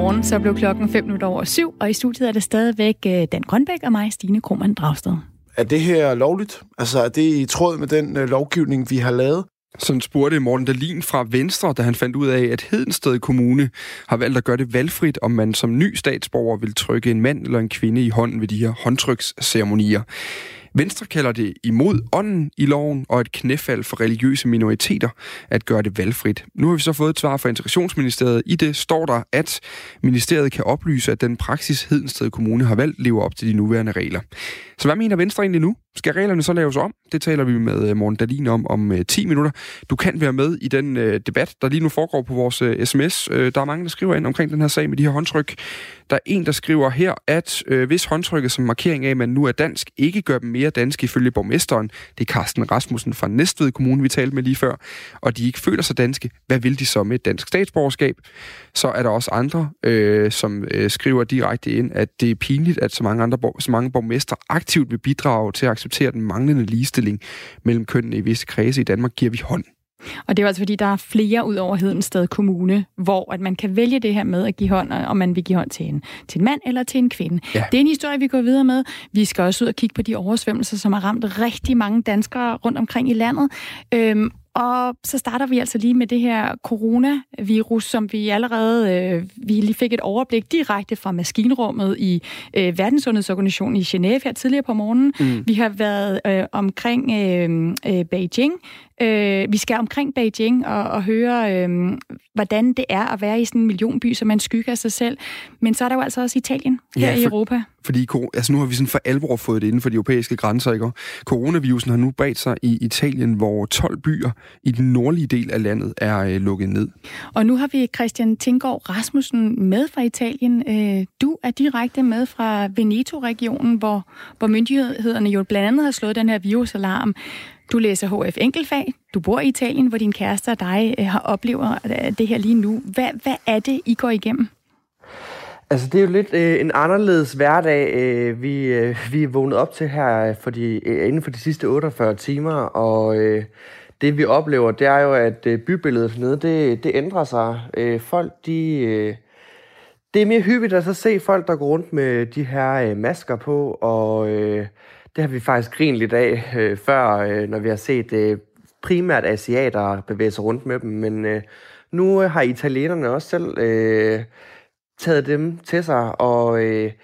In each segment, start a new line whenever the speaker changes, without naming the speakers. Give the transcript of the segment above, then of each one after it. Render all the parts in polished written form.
Godmorgen, så blev klokken 7:05, og i studiet er det stadigvæk Dan Grønbæk og mig, Stine Krohmann Dragsted.
Er det her lovligt? Altså, er det i tråd med den lovgivning, vi har lavet?
Sådan spurgte Morten Dahlin fra Venstre, da han fandt ud af, at Hedensted Kommune har valgt at gøre det valgfrit, om man som ny statsborger vil trykke en mand eller en kvinde i hånden ved de her håndtryksceremonier. Venstre kalder det imod ånden i loven og et knæfald for religiøse minoriteter at gøre det valgfrit. Nu har vi så fået et svar fra Integrationsministeriet. I det står der, at ministeriet kan oplyse, at den praksis Hedensted Kommune har valgt lever op til de nuværende regler. Så hvad mener Venstre egentlig nu? Skal reglerne så laves om? Det taler vi med Morten Dahlin om 10 minutter. Du kan være med i den debat, der lige nu foregår på vores sms. Der er mange, der skriver ind omkring den her sag med de her håndtryk. Der er en, der skriver her, at hvis håndtrykket som markering af, at man nu er dansk, ikke gør dem mere danske ifølge borgmesteren, det er Carsten Rasmussen fra Næstved Kommune, vi talte med lige før, og de ikke føler sig danske, hvad vil de så med et dansk statsborgerskab? Så er der også andre, som skriver direkte ind, at det er pinligt, at så mange borgmestre aktivt vil bidrage til at acceptere den manglende ligestilling mellem kønnene i visse kredse i Danmark. Giver vi hånd?
Og det er jo altså fordi, der er flere ud over Hedensted Kommune, hvor at man kan vælge det her med at give hånd, om man vil give hånd til en mand eller til en kvinde. Ja. Det er en historie, vi går videre med. Vi skal også ud og kigge på de oversvømmelser, som har ramt rigtig mange danskere rundt omkring i landet. Og så starter vi altså lige med det her coronavirus, som vi allerede vi lige fik et overblik direkte fra maskinrummet i Verdenssundhedsorganisationen i Genève her tidligere på morgenen. Vi har været omkring Beijing. Vi skal omkring Beijing og høre, hvordan det er at være i sådan en millionby, som man skygger af sig selv. Men så er der jo altså også Italien her i Europa.
Fordi nu har vi sådan for alvor fået det inden for de europæiske grænser, ikke? Coronavirusen har nu bredt sig i Italien, hvor 12 byer i den nordlige del af landet er lukket ned.
Og nu har vi Christian Tinggaard Rasmussen med fra Italien. Du er direkte med fra Veneto-regionen, hvor myndighederne jo blandt andet har slået den her virusalarm. Du læser HF Enkeltfag, du bor i Italien, hvor din kæreste og dig har oplevet det her lige nu. Hvad er det, I går igennem?
Altså, det er jo lidt en anderledes hverdag, vi er vågnet op til her inden for de sidste 48 timer, og det vi oplever, det er jo, at bybilledet hernede, det ændrer sig. Folk, det er mere hyppigt at så se folk, der går rundt med de her masker på, og det har vi faktisk grint lidt af før, når vi har set primært asiater bevæge sig rundt med dem, men nu har italienerne også selv taget dem til sig, og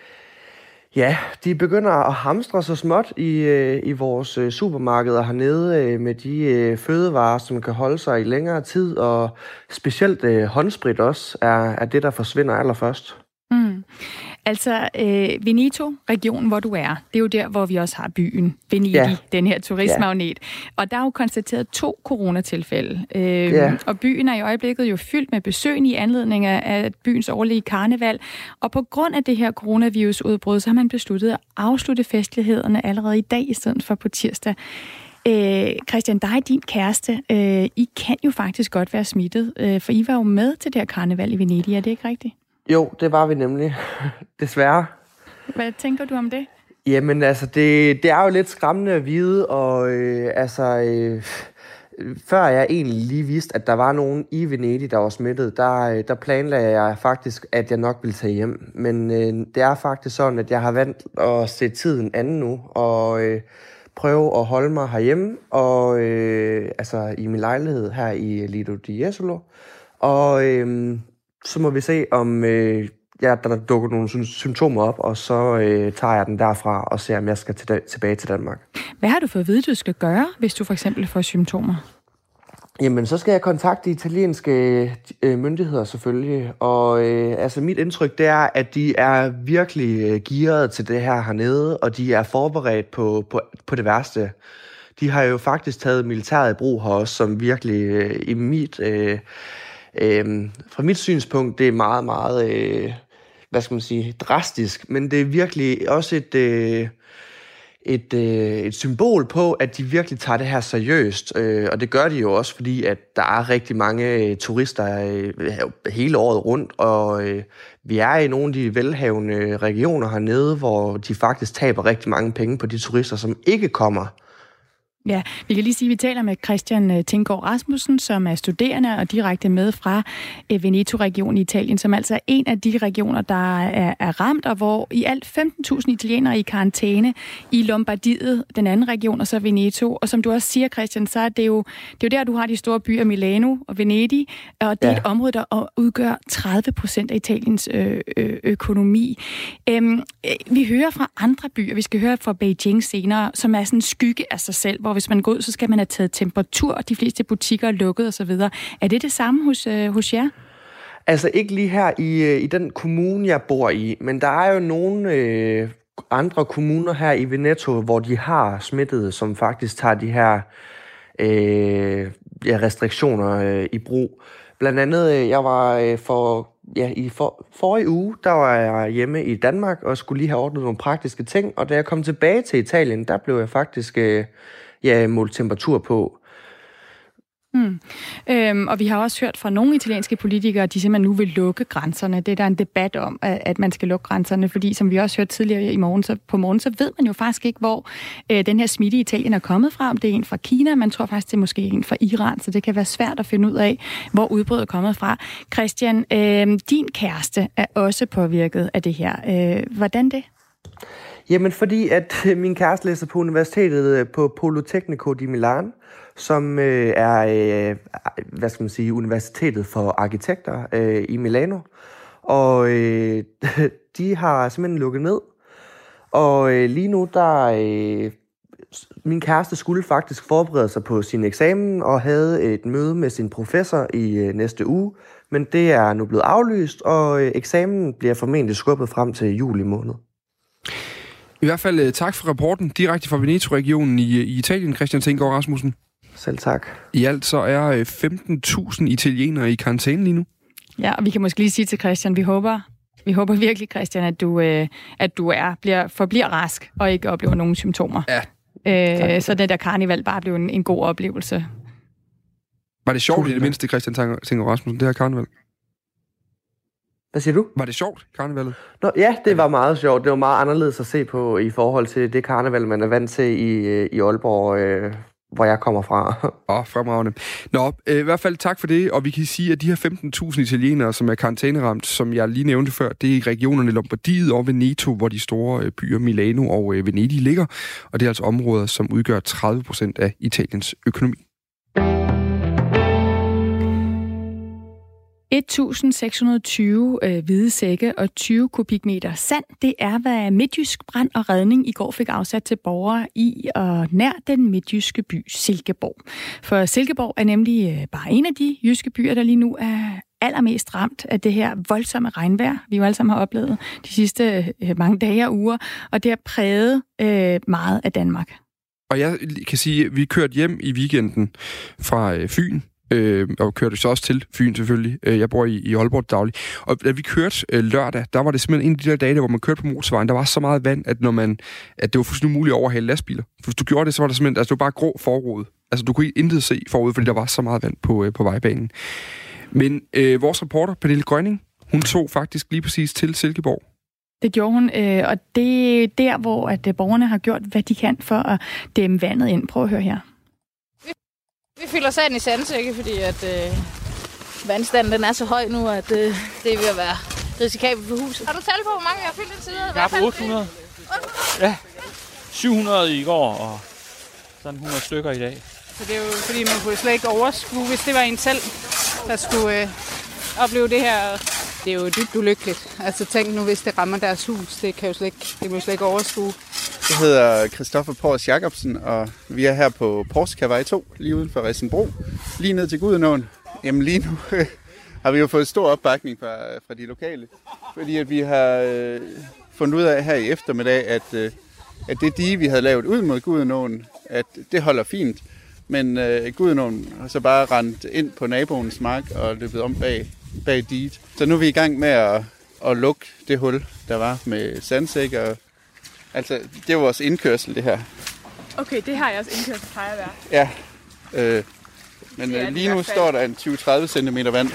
de begynder at hamstre så småt i vores supermarkeder hernede med de fødevarer, som kan holde sig i længere tid, og specielt håndsprit også er det, der forsvinder allerførst.
Altså, Veneto-regionen, hvor du er, det er jo der, hvor vi også har byen Venedig, den her turistmagnet. Og der er jo konstateret 2 coronatilfælde. Og byen er i øjeblikket jo fyldt med besøgende i anledning af byens årlige karneval. Og på grund af det her coronavirusudbrud, så har man besluttet at afslutte festlighederne allerede i dag, i stedet for på tirsdag. Christian, dig og din kæreste, I kan jo faktisk godt være smittet, for I var jo med til det her karneval i Venedig, er det ikke rigtigt?
Jo, det var vi nemlig. Desværre.
Hvad tænker du om det?
Jamen, altså, det er jo lidt skræmmende at vide, og før jeg egentlig lige vidste, at der var nogen i Venedig, der var smittet, der planlagde jeg faktisk, at jeg nok ville tage hjem. Men det er faktisk sådan, at jeg har valgt at se tiden anden nu, og prøve at holde mig herhjemme, og i min lejlighed her i Lido di Jesolo. Og så må vi se, om der dukker nogle symptomer op, og så tager jeg den derfra og ser, om jeg skal tilbage til Danmark.
Hvad har du fået at vide, du skal gøre, hvis du for eksempel får symptomer?
Jamen, så skal jeg kontakte de italienske myndigheder selvfølgelig. Og mit indtryk, det er, at de er virkelig gearet til det her hernede, og de er forberedt på det værste. De har jo faktisk taget militæret i brug her også, som virkelig fra mit synspunkt, det er meget, meget, drastisk, men det er virkelig også et symbol på, at de virkelig tager det her seriøst, og det gør de jo også, fordi at der er rigtig mange turister hele året rundt, og vi er i nogle af de velhavende regioner hernede, hvor de faktisk taber rigtig mange penge på de turister, som ikke kommer
Ja, vi kan lige sige, at vi taler med Christian Tinggaard Rasmussen, som er studerende og direkte med fra Veneto-regionen i Italien, som altså er en af de regioner, der er ramt, og hvor i alt 15.000 italienere i karantæne i Lombardiet, den anden region, og så Veneto. Og som du også siger, Christian, så er det jo der, du har de store byer, Milano og Venedig, og det er et område, der udgør 30% af Italiens økonomi. Vi hører fra andre byer, vi skal høre fra Beijing senere, som er sådan en skygge af sig selv, hvor hvis man går ud, så skal man have taget temperatur, og de fleste butikker er lukket osv. Er det samme hos jer?
Altså ikke lige her i den kommune, jeg bor i, men der er jo nogle andre kommuner her i Veneto, hvor de har smittede, som faktisk tager de her restriktioner i brug. Blandt andet, jeg var forrige uge, der var jeg hjemme i Danmark og skulle lige have ordnet nogle praktiske ting, og da jeg kom tilbage til Italien, der blev jeg faktisk målt temperatur på.
Og vi har også hørt fra nogle italienske politikere, at de simpelthen nu vil lukke grænserne. Det er der en debat om, at man skal lukke grænserne, fordi som vi også hørte tidligere på morgen, så ved man jo faktisk ikke, hvor den her smitte i Italien er kommet fra. Om det er en fra Kina, man tror faktisk, det er måske en fra Iran, så det kan være svært at finde ud af, hvor udbruddet er kommet fra. Christian, din kæreste er også påvirket af det her. Hvordan det?
Jamen, fordi at min kæreste læser på universitetet på Politecnico di Milano, som er, universitetet for arkitekter i Milano. Og de har simpelthen lukket ned. Og lige nu, min kæreste skulle faktisk forberede sig på sin eksamen og havde et møde med sin professor i næste uge. Men det er nu blevet aflyst, og eksamen bliver formentlig skubbet frem til juli måned.
I hvert fald tak for rapporten direkte fra Veneto-regionen i Italien, Christian Tinggaard Rasmussen.
Selv tak.
I alt så er 15.000 italienere i karantæne lige nu. Ja,
og vi kan måske lige sige til Christian, vi håber virkelig, Christian, at du forbliver rask og ikke oplever nogen symptomer.
Ja.
Så det der karneval bare blev en god oplevelse.
Var det sjovt i det mindste, Christian Tinggaard Rasmussen, det her karneval?
Hvad siger du?
Var det sjovt, karnevalet?
Nå, ja, det var meget sjovt. Det var meget anderledes at se på i forhold til det karneval, man er vant til i Aalborg, hvor jeg kommer fra.
Fremragende. Nå, i hvert fald tak for det, og vi kan sige, at de her 15.000 italienere, som er karantæneramt, som jeg lige nævnte før, det er i regionerne Lombardiet og Veneto, hvor de store byer Milano og Venedig ligger, og det er altså områder, som udgør 30% af Italiens økonomi.
1.620 hvide sække og 20 kubikmeter sand, det er, hvad Midtjysk Brand og Redning i går fik afsat til borgere i og nær den midtjyske by Silkeborg. For Silkeborg er nemlig bare en af de jyske byer, der lige nu er allermest ramt af det her voldsomme regnvejr, vi jo alle sammen har oplevet de sidste mange dage og uger, og det har præget meget af Danmark.
Og jeg kan sige, at vi kørte hjem i weekenden fra Fyn, og kørte så også til Fyn selvfølgelig. Jeg bor i Aalborg dagligt. Og da vi kørte lørdag, der var det simpelthen en af de der dage, hvor man kørte på motorvejen, der var så meget vand, at det var fuldstændig umuligt at overhale lastbiler. For hvis du gjorde det, så var det simpelthen, det var bare grå forrude. Altså du kunne intet se forud, fordi der var så meget vand på vejbanen. Men vores reporter, Pernille Grønning, hun tog faktisk lige præcis til Silkeborg.
Det gjorde hun, og det er der, hvor at borgerne har gjort, hvad de kan for at dæmme vandet ind. Prøv at høre her.
Vi fylder sand i sandsække, fordi at vandstanden den er så høj nu, at det er ved at være risikabelt for huset. Har du tal på, hvor mange jeg har fyldt indtil videre?
Jeg har på 800. Ja, 700 i går, og sådan 100 stykker i dag.
Så det er jo fordi, man kunne slet ikke overskue, hvis det var en selv, der skulle opleve det her. Det er jo dybt ulykkeligt. Altså tænk nu, hvis det rammer deres hus, det kan jo slet ikke overskue.
Jeg hedder Christoffer Pors Jacobsen, og vi er her på Porskavej 2, lige uden for Risenbro, lige ned til Gudenåen. Jamen lige nu har vi jo fået stor opbakning fra de lokale, fordi at vi har fundet ud af her i eftermiddag, at det dige, vi havde lavet ud mod Gudenåen, at det holder fint, men Gudenåen har så bare rendt ind på naboens mark og løbet om bag diget. Så nu er vi i gang med at lukke det hul, der var med sandsæk og altså, det er vores indkørsel, det her.
Okay, det har jeg også indkørsel, plejer at være.
Ja, men lige nu står der en 20-30 cm vand.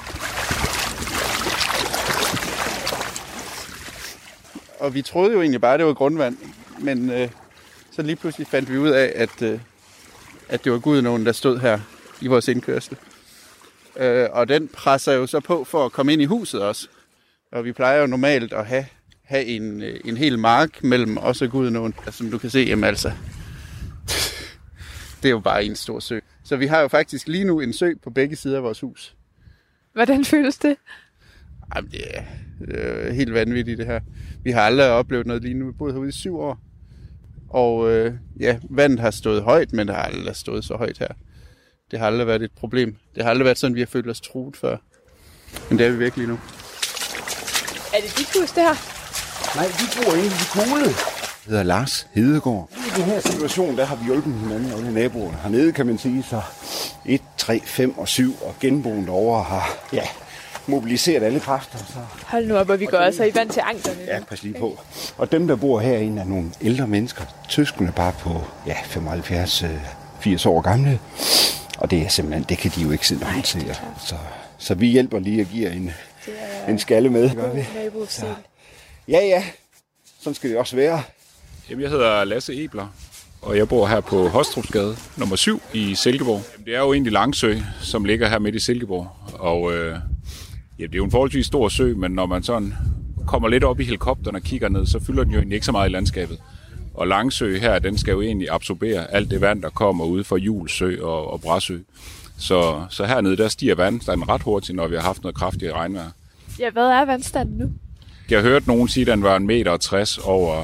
Og vi troede jo egentlig bare, det var grundvand, men så lige pludselig fandt vi ud af, at det var Gudenåen, der stod her i vores indkørsel. Og den presser jo så på for at komme ind i huset også. Og vi plejer jo normalt at have en hel mark mellem os og Gudenåen. Som du kan se, jamen altså, det er jo bare en stor sø. Så vi har jo faktisk lige nu en sø på begge sider af vores hus.
Hvordan føles det?
Jamen, det er helt vanvittigt det her. Vi har aldrig oplevet noget lige nu. Vi har boet herude i 7 år. Og vandet har stået højt, men det har aldrig stået så højt her. Det har aldrig været et problem. Det har aldrig været sådan, vi har følt os truet før. Men det er vi virkelig nu.
Er det dit hus, det her?
Nej, vi bor inde i de kugle. Det hedder Lars Hedegaard. I den her situation, der har vi hjulpet hinanden, alle naboerne hernede, kan man sige. Så 1, 3, 5 og 7 og genboen derovre har mobiliseret alle kræfter. Så.
Hold nu op, og vi går altså i vand til anklerne.
Ja, pas lige på. Og dem, der bor herinde, er nogle ældre mennesker. Søskende bare på 75-80 år gamle. Og det er simpelthen, det kan de jo ikke sidde nok til. Så vi hjælper lige at give en skalle med. Gør vi? Ja. Sådan skal det også være.
Jamen, jeg hedder Lasse Ebler, og jeg bor her på Hostrupsgade nummer 7 i Silkeborg. Det er jo egentlig Langsø, som ligger her midt i Silkeborg. Og det er jo en forholdsvis stor sø, men når man sådan kommer lidt op i helikopteren og kigger ned, så fylder den jo egentlig ikke så meget i landskabet. Og Langsø her, den skal jo egentlig absorbere alt det vand, der kommer ude fra Julsø og Bræsø. Så hernede, der stiger vandstanden ret hurtigt, når vi har haft noget kraftigt regnvejr.
Ja, hvad er vandstanden nu?
Jeg har hørt nogen sige, at den var 1,60 meter over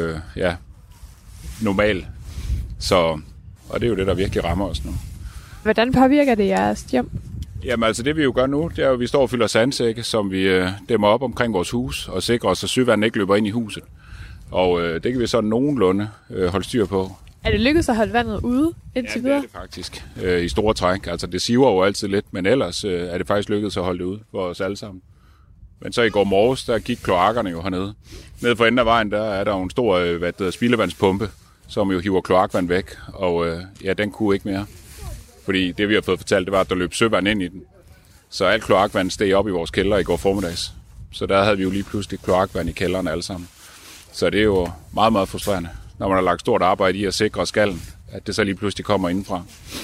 normal. Og det er jo det, der virkelig rammer os nu.
Hvordan påvirker det jeres hjem?
Jamen altså det vi jo gør nu, det er jo, at vi står og fylder sandsække, som vi dæmmer op omkring vores hus og sikrer os, at søvandet ikke løber ind i huset. Og det kan vi så nogenlunde holde styr på. Er
det lykkedes at holde vandet ude indtil videre?
Ja, det er det faktisk. I store træk. Altså det siver jo altid lidt, men ellers er det faktisk lykkedes at holde det ude for os alle sammen. Men så i går morges, der gik kloakkerne jo hernede. Nede for enden af vejen, der er der jo en stor spildevandspumpe, som jo hiver kloakvand væk. Og den kunne ikke mere. Fordi det vi har fået fortalt, det var, at der løb søvand ind i den. Så alt kloakvand steg op i vores kælder i går formiddags. Så der havde vi jo lige pludselig kloakvand i kælderen alle sammen. Så det er jo meget, meget frustrerende, når man har lagt stort arbejde i at sikre skallen, at det så lige pludselig kommer indenfra.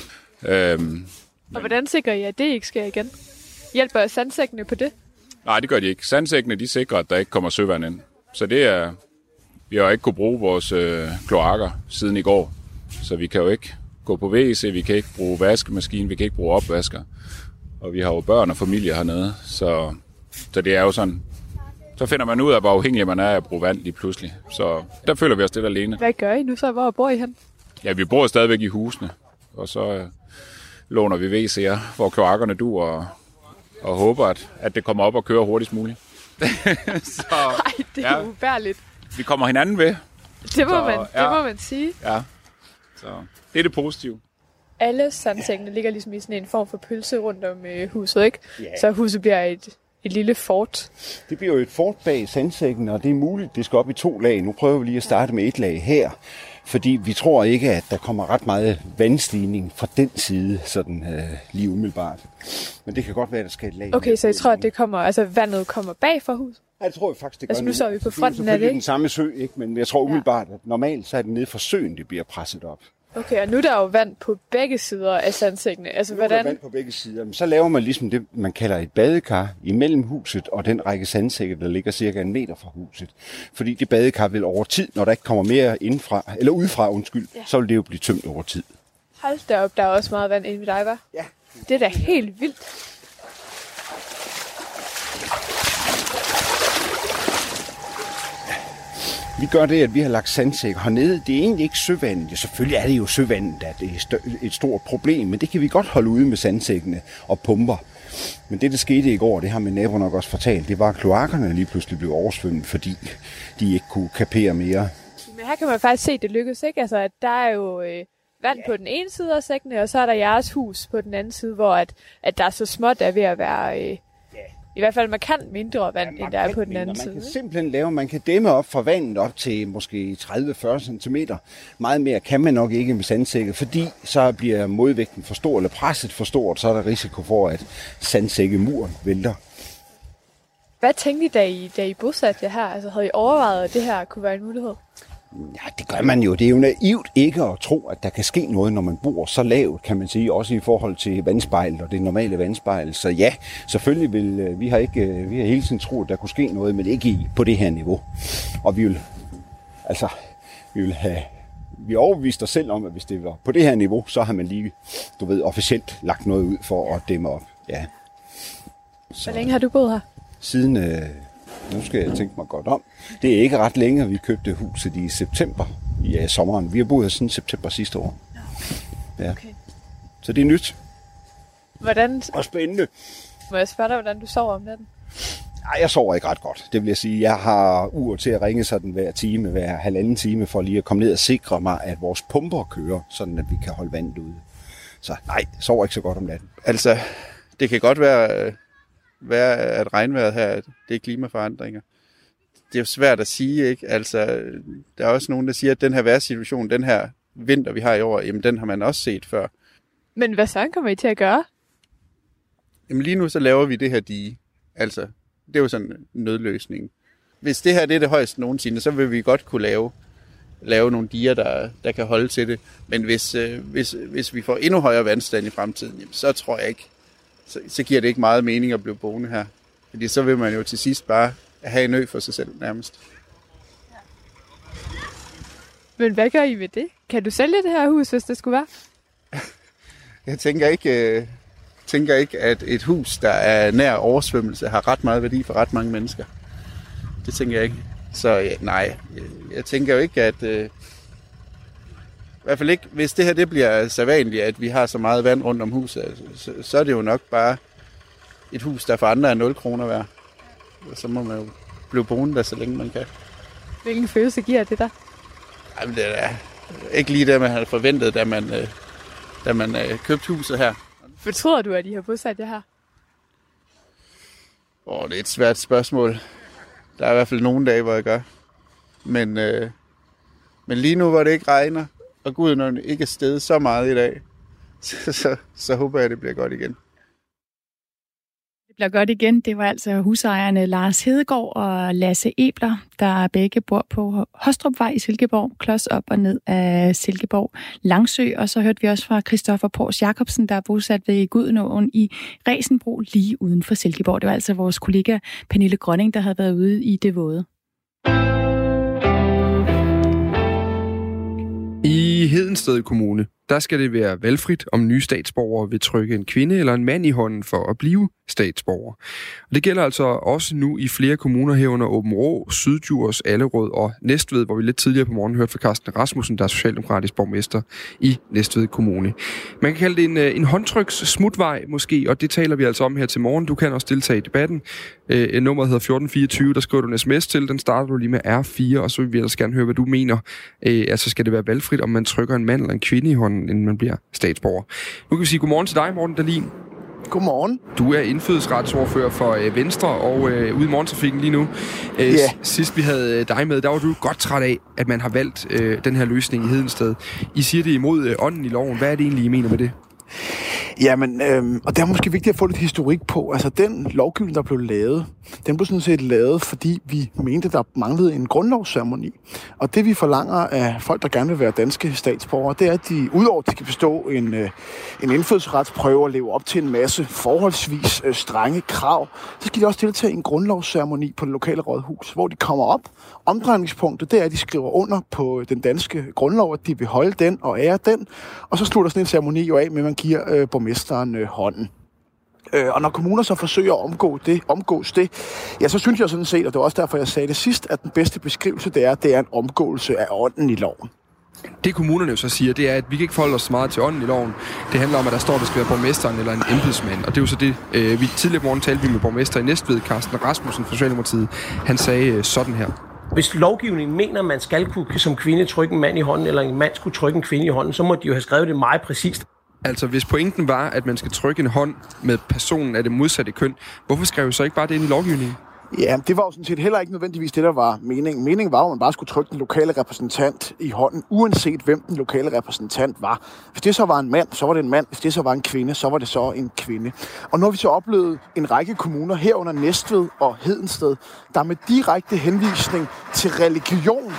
Og hvordan sikrer I, at det ikke sker igen? Hjælper sandsækkene på det?
Nej, det gør de ikke. Sandsækkene, de sikrer, at der ikke kommer søvand ind. Så det er... Vi har ikke kunne bruge vores kloakker siden i går. Så vi kan jo ikke gå på WC, vi kan ikke bruge vaskemaskine, vi kan ikke bruge opvasker. Og vi har jo børn og familie hernede, så det er jo sådan... Så finder man ud af, hvor afhængig man er af at bruge vand lige pludselig. Så der føler vi os lidt alene.
Hvad gør I nu så? Hvor bor I hen?
Ja, vi bor stadigvæk i husene. Og så låner vi WC'er, hvor kloakkerne duer og håber, at det kommer op og kører hurtigst muligt.
Så, ej, det er ubærligt.
Vi kommer hinanden ved.
Det må man sige.
Ja, så det er det positive.
Alle sandsækkene ligger ligesom i sådan en form for pølse rundt om huset, ikke? Yeah. Så huset bliver et lille fort.
Det bliver jo et fort bag sandsækken, og det er muligt, det skal op i 2 lag. Nu prøver vi lige at starte med 1 lag her, fordi vi tror ikke, at der kommer ret meget vandstigning fra den side, sådan lige umiddelbart. Men det kan godt være, at der skal et lag.
Okay, så jeg tror, at det kommer, altså vandet kommer bag for huset?
Ja, det tror jeg faktisk, det gør.
Altså nu står vi på fronten af det,
ikke? Den samme sø, ikke? Men jeg tror umiddelbart, at normalt så er det nede fra søen, det bliver presset op.
Okay, og nu er der jo vand på begge sider af sandsækkene. Altså, hvordan?
Nu er der vand på begge sider. Men så laver man ligesom det, man kalder et badekar imellem huset og den række sandsække, der ligger cirka 1 meter fra huset. Fordi det badekar vil over tid, når der ikke kommer mere indfra, eller udefra, så vil det jo blive tømt over tid.
Hold da op, der er også meget vand inde ved dig, hva'?
Ja.
Det er da helt vildt.
Vi gør det, at vi har lagt sandsæk hernede. Det er egentlig ikke søvandet. Ja, selvfølgelig er det jo søvandet, at det er et stort problem, men det kan vi godt holde ude med sandsækkene og pumper. Men det, der skete i går, det har min nabo nok også fortalt, det var, at kloakkerne lige pludselig blev oversvømmet, fordi de ikke kunne kapere mere.
Men her kan man faktisk se, at det lykkes, ikke? Altså, at der er jo vand på den ene side af sækkene, og så er der jeres hus på den anden side, hvor at der er så småt er ved at være... I hvert fald markant mindre vand, end der er på den anden side.
Man kan simpelthen man kan dæmme op fra vandet op til måske 30-40 cm. Meget mere kan man nok ikke med sandsække, fordi så bliver modvægten for stor, eller presset for stort, så er der risiko for, at sandsækkemuren vælter.
Hvad tænkte I, da I bosatte jer her? Altså, havde I overvejet, at det her kunne være en mulighed?
Ja, det gør man jo. Det er jo naivt ikke at tro, at der kan ske noget, når man bor så lavt, kan man sige, også i forhold til vandspejlet og det normale vandspejl. Så ja, selvfølgelig vil vi har hele tiden troet, at der kunne ske noget, men ikke på det her niveau. Og vi overbeviste os selv om, at hvis det var på det her niveau, så har man lige, officielt lagt noget ud for at dæmme op. Ja.
Så. Hvor længe har du boet her?
Siden, nu skal jeg tænke mig godt om. Det er ikke ret længe, vi købte huset i september i sommeren. Vi har boet her siden september sidste år. Ja. Okay. Så det er nyt.
Hvordan?
Og spændende.
Må jeg spørge dig, hvordan du sover om natten?
Nej, jeg sover ikke ret godt. Det vil jeg sige. Jeg har ur til at ringe sådan hver halvanden time, for lige at komme ned og sikre mig, at vores pumper kører, sådan at vi kan holde vandet ude. Så nej, jeg sover ikke så godt om natten.
Altså, det kan godt være at regnvejret her, det er klimaforandringer. Det er jo svært at sige, ikke? Altså, der er også nogen, der siger, at den her vejrsituation, den her vinter, vi har i år, jamen den har man også set før.
Men hvad så kommer I til at gøre?
Jamen lige nu så laver vi det her dige. Altså, det er jo sådan en nødløsning. Hvis det her det er det højeste nogensinde, så vil vi godt kunne lave nogle diger, der kan holde til det. Men hvis vi får endnu højere vandstand i fremtiden, jamen, så tror jeg ikke, så giver det ikke meget mening at blive boende her. Fordi så vil man jo til sidst bare have en ø for sig selv nærmest.
Ja. Men hvad gør I med det? Kan du sælge det her hus, hvis det skulle være?
Jeg tænker ikke, at et hus, der er nær oversvømmelse, har ret meget værdi for ret mange mennesker. Det tænker jeg ikke. Så nej, jeg tænker jo ikke, at i hvert fald ikke, hvis det her det bliver sædvanligt, at vi har så meget vand rundt om huset, så er det jo nok bare et hus, der for andre er 0 kroner værd. Og så må man jo blive boende der, så længe man kan.
Hvilken følelse giver det der?
Jamen, det er ikke lige det, man havde forventet, da man købte huset her.
Fortryder du, at I har bosat jer her?
Det er et svært spørgsmål. Der er i hvert fald nogle dage, hvor jeg gør. Men lige nu, hvor det ikke regner, og guden ikke er steget så meget i dag, så håber jeg, at det bliver godt igen.
Det bliver godt igen. Det var altså husejerne Lars Hedegaard og Lasse Ebler, der begge bor på Hostrupvej i Silkeborg, klods op og ned af Silkeborg Langsø. Og så hørte vi også fra Christoffer Pors Jacobsen, der er bosat ved Gudenåen i Resenbro, lige uden for Silkeborg. Det var altså vores kollega Pernille Grønning, der havde været ude i det våde.
I Hedensted Kommune, der skal det være valgfrit, om nye statsborgere vil trykke en kvinde eller en mand i hånden for at blive statsborger. Og det gælder altså også nu i flere kommuner herunder Aabenraa, Syddjurs, Allerød og Næstved, hvor vi lidt tidligere på morgen hørte fra Carsten Rasmussen, der er socialdemokratisk borgmester i Næstved Kommune. Man kan kalde det en håndtryks smutvej måske, og det taler vi altså om her til morgen. Du kan også deltage i debatten. Nummeret hedder 1424, der skriver du en sms til. Den starter du lige med R4, og så vil vi ellers gerne høre, hvad du mener. Altså skal det være valgfrit, om man trykker en mand eller en kvinde i hånden, inden man bliver statsborger. Nu kan vi sige godmorgen til dig, Morten Dahlin.
Godmorgen.
Du er indfødsretsordfører for Venstre og ude i morgentrafikken lige nu. Sidst vi havde dig med, der var du godt træt af, at man har valgt den her løsning i Hedensted. I siger det imod ånden i loven. Hvad er det egentlig, I mener med det?
Jamen, og det er måske vigtigt at få lidt historik på. Altså, den lovgivning, der blev lavet, den blev sådan set lavet, fordi vi mente, der manglede en grundlovsceremoni. Og det, vi forlanger af folk, der gerne vil være danske statsborgere, det er, at de, udover at de skal bestå en indfødsretsprøve og leve op til en masse forholdsvis strenge krav, så skal de også deltage i en grundlovsceremoni på det lokale rådhus, hvor de kommer op. Omdrejningspunktet, det er, at de skriver under på den danske grundlov, at de vil holde den og ære den, og så slutter sådan en ceremoni jo af med, at man giver borgmesteren hånden. Og når kommuner så forsøger at omgås det, ja, så synes jeg sådan set, og det var også derfor, jeg sagde det sidst, at den bedste beskrivelse, det er en omgåelse af ånden i loven.
Det kommunerne jo så siger, det er, at vi kan ikke forholde os meget til ånden i loven. Det handler om, at der står, at det skal være borgmesteren eller en embedsmand. Og det er jo så det, vi tidligere på morgen talte vi med borgmester i Næstved, Carsten Rasmussen fra Socialdemokratiet. Han sagde sådan her.
Hvis lovgivningen mener, at man skal kunne som kvinde trykke en mand i hånden, eller en mand skulle trykke en kvinde i hånden, så må de jo have skrevet det meget præcist.
Altså, hvis pointen var, at man skal trykke en hånd med personen af det modsatte køn, hvorfor skrev så ikke bare det ind i lovgivningen?
Ja, det var jo sådan set heller ikke nødvendigvis det, der var meningen. Meningen var jo, at man bare skulle trykke den lokale repræsentant i hånden, uanset hvem den lokale repræsentant var. Hvis det så var en mand, så var det en mand. Hvis det så var en kvinde, så var det så en kvinde. Og nu har vi så oplevet en række kommuner, herunder Næstved og Hedensted, der med direkte henvisning til religion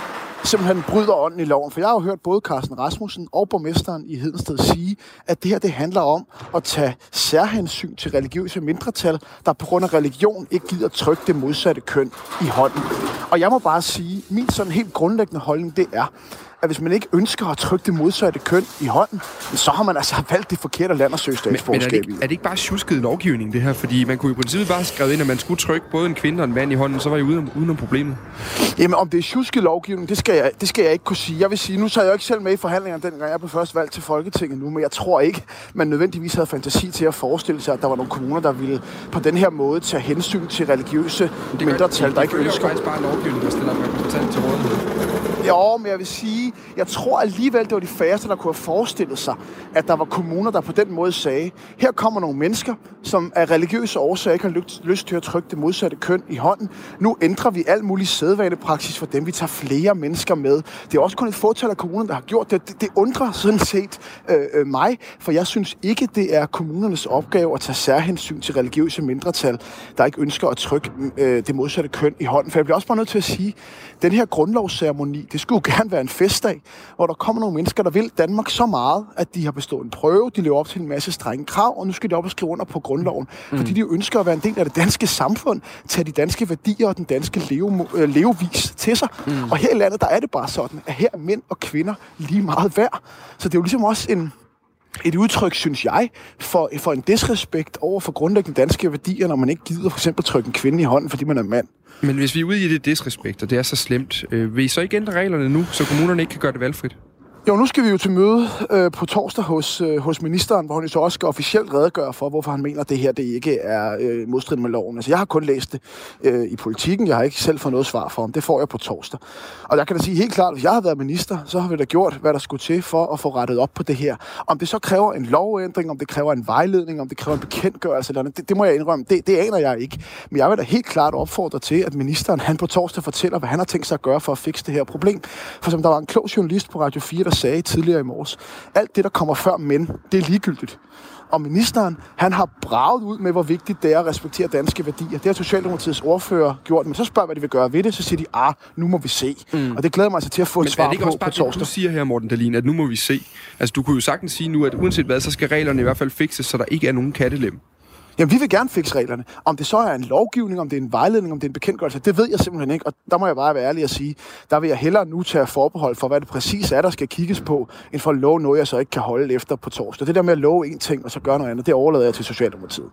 simpelthen bryder ånden i loven. For jeg har jo hørt både Carsten Rasmussen og borgmesteren i Hedensted sige, at det her det handler om at tage særhensyn til religiøse mindretal, der på grund af religion ikke gider trykke det modsatte køn i hånden. Og jeg må bare sige, min sådan helt grundlæggende holdning, det er, at hvis man ikke ønsker at trykke det modsatte køn i hånden, så har man altså valgt det forkerte land at søge statsborgerskab i.
Men er det ikke bare tjusket lovgivning, det her? Fordi man kunne i princippet bare skrive ind, at man skulle trykke både en kvinde og en mand i hånden, så var I udenom problemet.
Jamen, om det er tjusket lovgivning, det skal jeg ikke kunne sige. Jeg vil sige, nu sad jeg jo ikke selv med i forhandlingerne, dengang jeg blev først valgt til Folketinget nu, men jeg tror ikke, man nødvendigvis havde fantasi til at forestille sig, at der var nogle kommuner, der ville på den her måde tage hensyn til religiøse mindretal, der ikke ønsker.
Det er bare lovgivning, der stiller en repræsentant til rådighed.
Jo, men jeg vil sige, jeg tror alligevel, det var de færreste, der kunne have forestillet sig, at der var kommuner, der på den måde sagde, her kommer nogle mennesker, som af religiøse årsager ikke har lyst til at trykke det modsatte køn i hånden. Nu ændrer vi alt muligt sædvanepraksis for dem. Vi tager flere mennesker med. Det er også kun et fåtal af kommuner, der har gjort det. Det undrer sådan set mig, for jeg synes ikke, det er kommunernes opgave at tage særhensyn til religiøse mindretal, der ikke ønsker at trykke det modsatte køn i hånden. For jeg bliver også bare nødt til at sige, den her grundlovsceremoni, det skulle jo gerne være en festdag, hvor der kommer nogle mennesker, der vil Danmark så meget, at de har bestået en prøve, de lever op til en masse strenge krav, og nu skal de op og skrive under på grundloven, fordi de ønsker at være en del af det danske samfund, tage de danske værdier og den danske levevis til sig. Og her i landet, der er det bare sådan, at her er mænd og kvinder lige meget værd. Så det er jo ligesom også et udtryk, synes jeg, for en disrespekt over for grundlæggende danske værdier, når man ikke gider for eksempel trykke en kvinde i hånden, fordi man er mand.
Men hvis vi er ude i det disrespekt, og det er så slemt, vil I så ikke ændre reglerne nu, så kommunerne ikke kan gøre det valgfrit?
Jo, nu skal vi jo til møde på torsdag hos ministeren, hvor han så også skal officielt redegøre for, hvorfor han mener, at det her det ikke er modstridende med loven. Altså, jeg har kun læst det i Politikken. Jeg har ikke selv fået noget svar for ham. Det får jeg på torsdag. Og jeg kan da sige helt klart, at hvis jeg havde været minister, så har vi da gjort, hvad der skulle til for at få rettet op på det her. Om det så kræver en lovændring, om det kræver en vejledning, om det kræver en bekendtgørelse eller andet, det må jeg indrømme. Det aner jeg ikke. Men jeg vil da helt klart opfordre til, at ministeren han på torsdag fortæller, hvad han har tænkt sig at gøre for at fikse det her problem. For som der var en klog journalist på Radio 4, der sagde tidligere i morges, alt det, der kommer før mænd, det er ligegyldigt. Og ministeren, han har braget ud med, hvor vigtigt det er at respektere danske værdier. Det har Socialdemokratiets ordfører gjort, men så spørger, hvad de vil gøre ved det, så siger de, nu må vi se. Og det glæder mig altså til at få et svar på torsdag.
Du siger her, Morten Dahlin, at nu må vi se. Altså, du kunne jo sagtens sige nu, at uanset hvad, så skal reglerne i hvert fald fikses, så der ikke er nogen kattelem.
Jamen, vi vil gerne fikse reglerne. Om det så er en lovgivning, om det er en vejledning, om det er en bekendtgørelse, det ved jeg simpelthen ikke. Og der må jeg bare være ærlig at sige, der vil jeg hellere nu tage forbehold for, hvad det præcis er, der skal kigges på, end for at love noget, jeg så ikke kan holde efter på torsdag. Det der med at love en ting, og så gøre noget andet, det overlader jeg til Socialdemokratiet.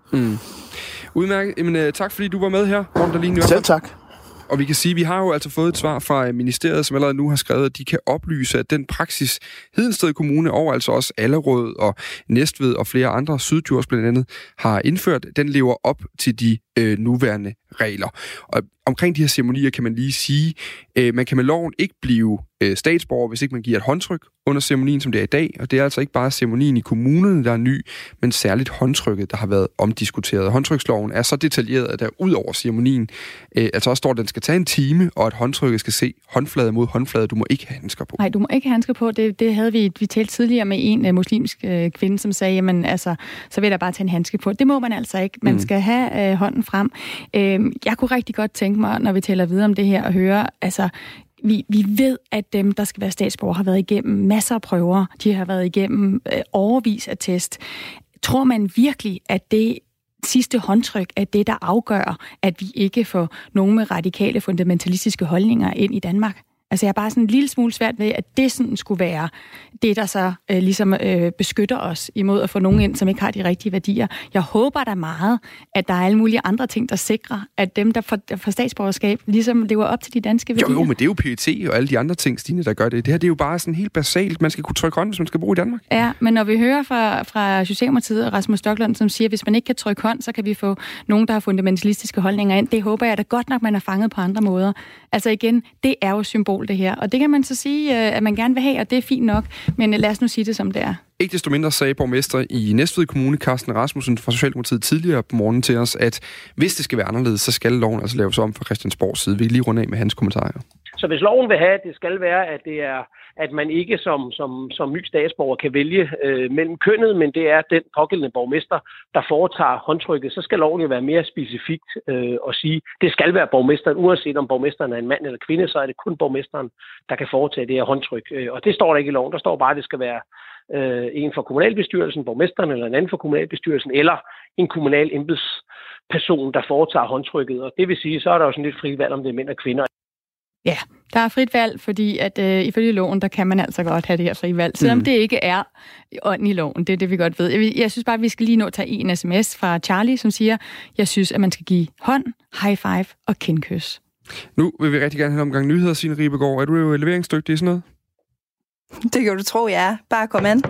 Udmærket. Jamen, tak fordi du var med her, Morten Dahlin.
Selv tak.
Og vi kan sige, at vi har jo altså fået et svar fra ministeriet, som allerede nu har skrevet, at de kan oplyse, at den praksis Hedensted Kommune og altså også Allerød og Næstved og flere andre, Syddjurs blandt andet, har indført, den lever op til de nuværende regler. Og omkring de her ceremonier kan man lige sige, man kan med loven ikke blive statsborger, hvis ikke man giver et håndtryk under ceremonien, som det er i dag. Og det er altså ikke bare ceremonien i kommunerne, der er ny, men særligt håndtrykket, der har været omdiskuteret. Håndtryksloven er så detaljeret, at der ud over ceremonien, altså også står, at den skal tage en time, og at håndtrykket skal se håndflade mod håndflade. Du må ikke have handsker på.
Nej, du må ikke have handsker på. Det havde vi talt tidligere med en muslimsk kvinde, som sagde, jamen altså, så vil jeg bare tage en handske på. Det må man altså ikke. Man skal have hånden frem. Jeg kunne rigtig godt tænke mig, når vi taler videre om det her, at høre, altså, vi ved, at dem, der skal være statsborger, har været igennem masser af prøver. De har været igennem overvis af test. Tror man virkelig, at det sidste håndtryk er det, der afgør, at vi ikke får nogen med radikale fundamentalistiske holdninger ind i Danmark? Altså, jeg er bare sådan en lille smule svært ved, at det sådan skulle være det, der så beskytter os imod at få nogen ind, som ikke har de rigtige værdier. Jeg håber da meget, at der er alle mulige andre ting, der sikrer, at dem, der får statsborgerskab, ligesom lever op til de danske værdier.
Jo, men det er jo PET og alle de andre ting, Stine, der gør det. Det her det er jo bare sådan helt basalt. Man skal kunne trykke hånd, hvis man skal bo i Danmark.
Ja, men når vi hører fra Socialdemokratiet og Rasmus Stoklund, som siger, at hvis man ikke kan trykke hånd, så kan vi få nogen, der har fundamentalistiske holdninger ind. Det håber jeg da godt nok, man har fanget på andre måder. Altså igen, det er jo symbol, det her. Og det kan man så sige, at man gerne vil have, og det er fint nok. Men lad os nu sige det, som det er.
Ikke desto mindre sagde borgmester i Næstved Kommune, Carsten Rasmussen fra Socialdemokratiet, tidligere på morgenen til os, at hvis det skal være anderledes, så skal loven altså laves om fra Christiansborgs side. Vi kan lige runde af med hans kommentarer.
Så hvis loven vil have, at det skal være, at man ikke som ny statsborger kan vælge mellem kønnet, men det er den pågældende borgmester, der foretager håndtrykket, så skal loven jo være mere specifikt og sige, det skal være borgmesteren, uanset om borgmesteren er en mand eller kvinde, så er det kun borgmesteren, der kan foretage det her håndtryk. Og det står der ikke i loven. Der står bare, at det skal være en for kommunalbestyrelsen, borgmesteren, eller en anden for kommunalbestyrelsen, eller en kommunal embedsperson, der foretager håndtrykket. Og det vil sige, så er der jo sådan lidt frit valg, om det er mænd og kvinder.
Ja, der er frit valg, fordi at ifølge loven, der kan man altså godt have det her frie valg, selvom det ikke er ånden i loven. Det er det, vi godt ved. Jeg synes bare, at vi skal lige nå at tage en sms fra Charlie, som siger, jeg synes, at man skal give hånd, high five og kindkys. Nu vil vi rigtig gerne have en omgang nyheder, Signe Ribegaard. Er du jo leveringsdygtig i sådan noget?
Det kan du tro, jeg er. Bare kom an.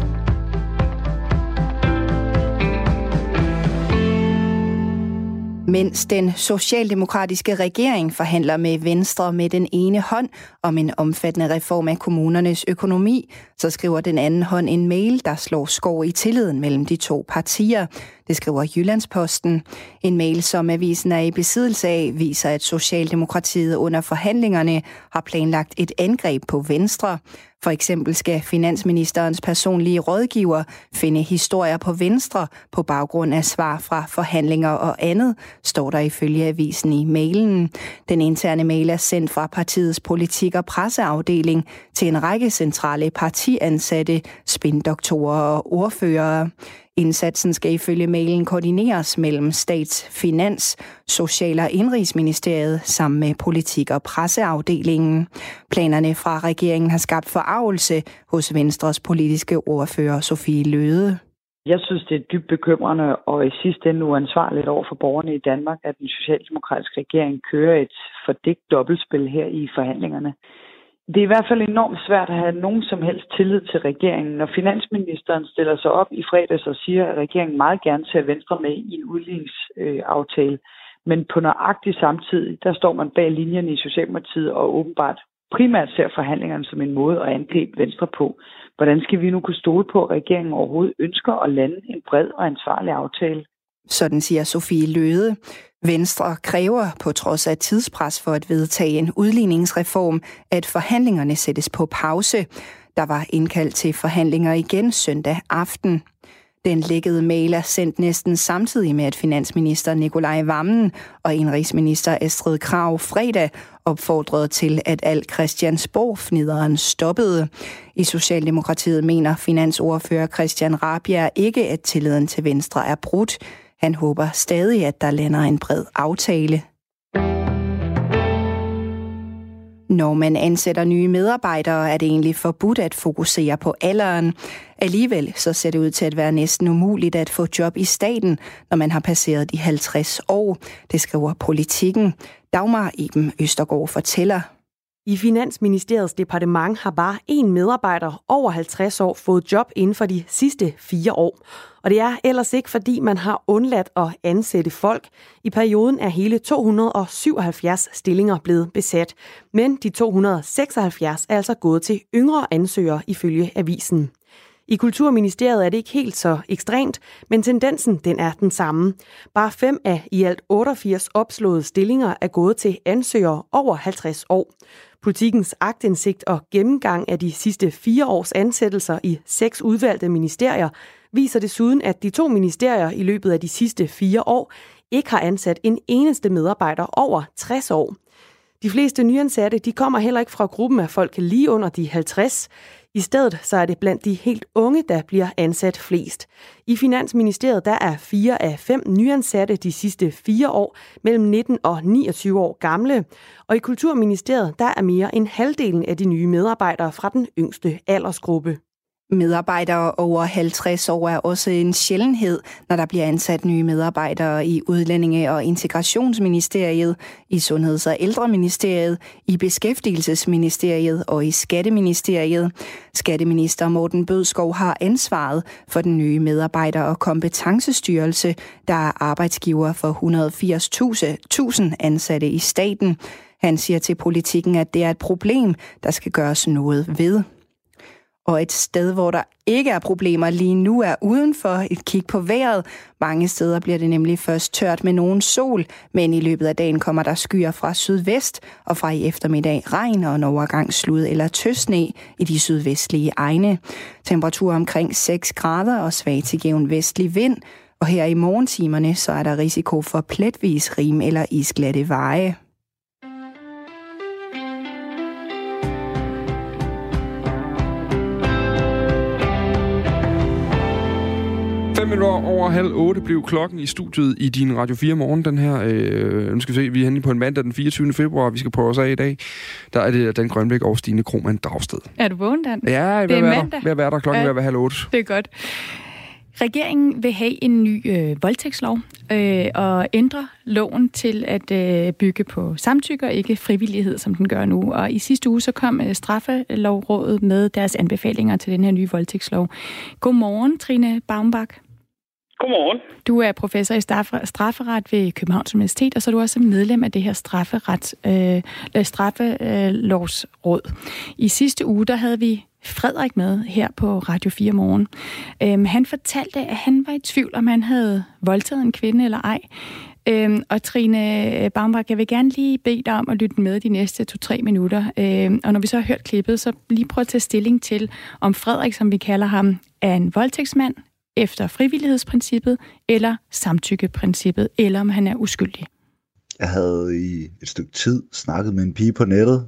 Mens den socialdemokratiske regering forhandler med Venstre med den ene hånd om en omfattende reform af kommunernes økonomi, så skriver den anden hånd en mail, der slår skår i tilliden mellem de to partier. Det skriver Jyllandsposten. En mail, som avisen er i besiddelse af, viser, at Socialdemokratiet under forhandlingerne har planlagt et angreb på Venstre. For eksempel skal finansministerens personlige rådgiver finde historier på Venstre på baggrund af svar fra forhandlinger og andet, står der ifølge avisen i mailen. Den interne mail er sendt fra partiets politik- og presseafdeling til en række centrale partiansatte, spindoktorer og ordførere. Indsatsen skal ifølge mailen koordineres mellem Finans, Social- og Indrigsministeriet sammen med politik- og presseafdelingen. Planerne fra regeringen har skabt forargelse hos Venstres politiske ordfører Sofie Løhde.
Jeg synes, det er dybt bekymrende og i sidste ende uansvarligt over for borgerne i Danmark, at den socialdemokratiske regering kører et fordækt dobbeltspil her i forhandlingerne. Det er i hvert fald enormt svært at have nogen som helst tillid til regeringen, når finansministeren stiller sig op i fredags og siger, at regeringen meget gerne ser Venstre med i en udligningsaftale. Men på nøjagtig samtidig, der står man bag linjerne i Socialdemokratiet og åbenbart primært ser forhandlingerne som en måde at angribe Venstre på. Hvordan skal vi nu kunne stole på, at regeringen overhovedet ønsker at lande en bred og ansvarlig aftale?
Sådan siger Sofie Løhde. Venstre kræver på trods af tidspres for at vedtage en udligningsreform, at forhandlingerne sættes på pause. Der var indkaldt til forhandlinger igen søndag aften. Den lækkede mail er sendt næsten samtidig med, at finansminister Nicolai Wammen og indrigsminister Astrid Krag fredag opfordrede til, at al Christiansborg-fnideren stoppede. I Socialdemokratiet mener finansordfører Christian Rabjerg ikke, at tilliden til Venstre er brudt. Han håber stadig, at der lander en bred aftale. Når man ansætter nye medarbejdere, er det egentlig forbudt at fokusere på alderen. Alligevel så ser det ud til at være næsten umuligt at få job i staten, når man har passeret de 50 år. Det skriver Politikken. Dagmar Iben Østergaard fortæller.
I Finansministeriets departement har bare én medarbejder over 50 år fået job inden for de sidste 4 år. Og det er ellers ikke, fordi man har undladt at ansætte folk. I perioden er hele 277 stillinger blevet besat. Men de 276 er altså gået til yngre ansøgere ifølge avisen. I Kulturministeriet er det ikke helt så ekstremt, men tendensen den er den samme. Bare 5 af i alt 88 opslåede stillinger er gået til ansøgere over 50 år. Politikens aktindsigt og gennemgang af de sidste 4 års ansættelser i 6 udvalgte ministerier viser desuden, at de 2 ministerier i løbet af de sidste 4 år ikke har ansat en eneste medarbejder over 60 år. De fleste nyansatte de kommer heller ikke fra gruppen af folk lige under de 50. I stedet så er det blandt de helt unge, der bliver ansat flest. I Finansministeriet der er 4 af 5 nyansatte de sidste 4 år mellem 19 og 29 år gamle. Og i Kulturministeriet der er mere end halvdelen af de nye medarbejdere fra den yngste aldersgruppe.
Medarbejdere over 50 år er også en sjældenhed, når der bliver ansat nye medarbejdere i Udlændinge- og Integrationsministeriet, i Sundheds- og Ældreministeriet, i Beskæftigelsesministeriet og i Skatteministeriet. Skatteminister Morten Bødskov har ansvaret for den nye medarbejder- og kompetencestyrelse, der er arbejdsgiver for 180.000 ansatte i staten. Han siger til Politikken, at det er et problem, der skal gøres noget ved. Og et sted, hvor der ikke er problemer lige nu, er udenfor. Et kig på vejret. Mange steder bliver det nemlig først tørt med nogen sol, men i løbet af dagen kommer der skyer fra sydvest, og fra i eftermiddag regn og en overgang slud eller tøsne i de sydvestlige egne. Temperatur omkring 6 grader og svag til jævn vestlig vind. Og her i morgentimerne, så er der risiko for pletvis rim eller isglatte veje.
5 minutter over 7:30 blev klokken i studiet i din Radio 4 morgen. Den her, nu skal vi se, vi er henne på en mandag den 24. februar, vi skal prøve os af i dag. Der er det Dan Grønbæk og Stine Krohmann Dragsted.
Er du vågen, Dan?
Ja, jeg er ved at være der. Klokken er ved at være 7:30.
Det er godt. Regeringen vil have en ny voldtægtslov og ændre loven til at bygge på samtykke og ikke frivillighed, som den gør nu. Og i sidste uge så kom Straffelovrådet med deres anbefalinger til den her nye voldtægtslov. Godmorgen, Trine Baumbach.
Godmorgen.
Du er professor i strafferet ved Københavns Universitet, og så er du også medlem af det her straffelovsråd. I sidste uge, der havde vi Frederik med her på Radio 4 Morgen. Han fortalte, at han var i tvivl, om han havde voldtaget en kvinde eller ej. Og Trine Baumbach, jeg vil gerne lige bede dig om at lytte med de næste 2-3 minutter. Og når vi så har hørt klippet, så lige prøv at tage stilling til, om Frederik, som vi kalder ham, er en voldtægtsmand efter frivillighedsprincippet eller samtykkeprincippet, eller om han er uskyldig.
Jeg havde i et stykke tid snakket med en pige på nettet.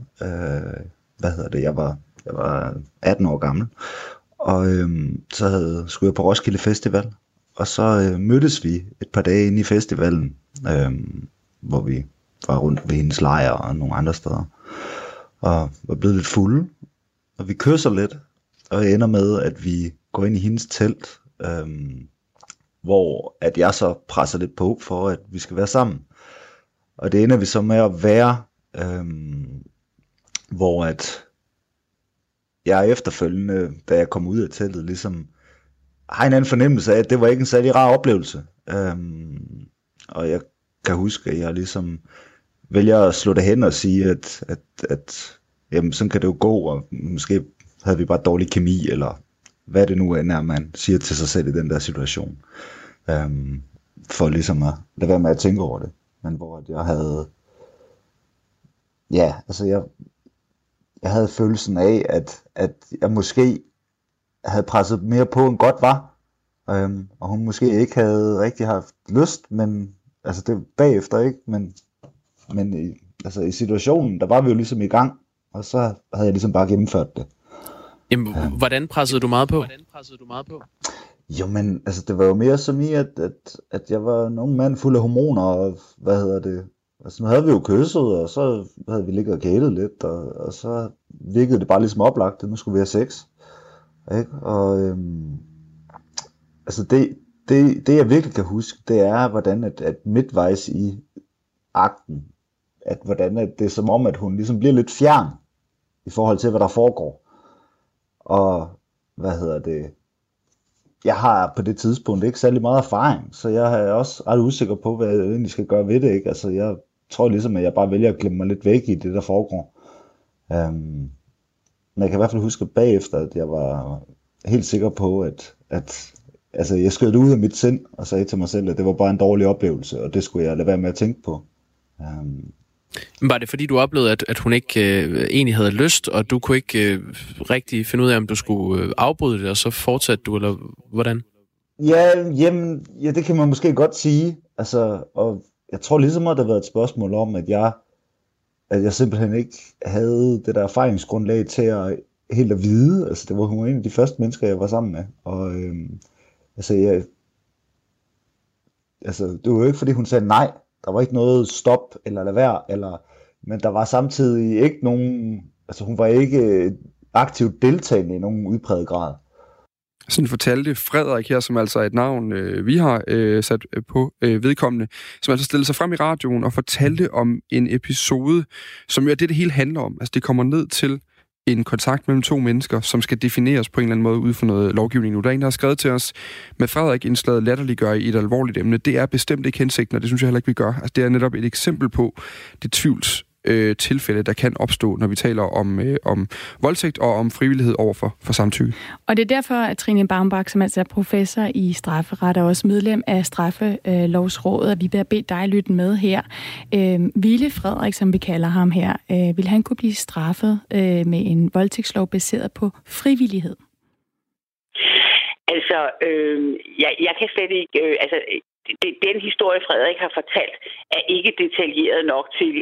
Jeg var 18 år gammel, og så skulle jeg på Roskilde Festival, og så mødtes vi et par dage inde i festivalen, hvor vi var rundt ved hendes lejr og nogle andre steder, og var blevet lidt fulde, og vi kysser lidt, og ender med, at vi går ind i hendes telt, hvor at jeg så presser lidt på for, at vi skal være sammen. Og det ender vi så med at være, hvor at jeg efterfølgende, da jeg kom ud af teltet, ligesom har en anden fornemmelse af, at det var ikke en særlig rar oplevelse. Og jeg kan huske, at jeg ligesom vælger at slå det hen og sige, at jamen, sådan kan det jo gå, og måske havde vi bare dårlig kemi, eller hvad det nu er, man siger til sig selv i den der situation. For ligesom at lade være med at tænke over det. Men hvor jeg havde, jeg havde følelsen af, at jeg måske havde presset mere på, end godt var. Og hun måske ikke havde rigtig haft lyst, men altså det bagefter ikke. Men i situationen, der var vi jo ligesom i gang, og så havde jeg ligesom bare gennemført det.
Jamen, hvordan pressede du meget på?
Jo, men altså det var jo mere som i, at jeg var en ung mand fuld af hormoner, og altså nu havde vi jo kysset, og så havde vi ligget og kælet lidt, og så virkede det bare ligesom oplagt, nu skulle vi have sex. Ikke? Og altså det jeg virkelig kan huske, det er, hvordan at midtvejs i akten, hvordan at det er som om, at hun ligesom bliver lidt fjern i forhold til, hvad der foregår. Og jeg har på det tidspunkt ikke særlig meget erfaring, så jeg er også ret usikker på, hvad jeg egentlig skal gøre ved det. Ikke? Altså, jeg tror ligesom, at jeg bare vælger at glemme mig lidt væk i det, der foregår. Men jeg kan i hvert fald huske bagefter, at jeg var helt sikker på, at altså, jeg skød det ud af mit sind og sagde til mig selv, at det var bare en dårlig oplevelse, og det skulle jeg lade være med at tænke på.
Var det fordi, du oplevede, at hun ikke egentlig havde lyst, og du kunne ikke rigtig finde ud af, om du skulle afbryde det, og så fortsatte du, eller hvordan?
Ja, det kan man måske godt sige. Altså, og jeg tror ligesom, at det har været et spørgsmål om, at jeg simpelthen ikke havde det der erfaringsgrundlag til at helt at vide. Altså, hun var en af de første mennesker, jeg var sammen med. Og det var jo ikke, fordi hun sagde nej. Der var ikke noget stop eller lade være, men der var samtidig ikke nogen, altså hun var ikke aktivt deltagende i nogen udpræget grad.
Sådan fortalte Frederik her, som altså er et navn, vi har sat på vedkommende, som altså stillede sig frem i radioen og fortalte om en episode, som jo er det hele handler om. Altså det kommer ned til en kontakt mellem to mennesker, som skal defineres på en eller anden måde ud for noget lovgivning nu. Der er en, der har skrevet til os, med Frederik indslaget latterliggør i et alvorligt emne. Det er bestemt ikke hensigten, og det synes jeg heller ikke, vi gør. Altså, det er netop et eksempel på det tilfælde, der kan opstå, når vi taler om voldtægt og om frivillighed over for samtykke. Og det er derfor, at Trine Baumbach, som altså er professor i strafferet og også medlem af Straffelovsrådet, og vi vil bede dig lytte med her. Ville Frederik, som vi kalder ham her, vil han kunne blive straffet med en voldtægtslov baseret på frivillighed?
Altså, jeg kan slet ikke... Den historie, Frederik har fortalt, er ikke detaljeret nok til,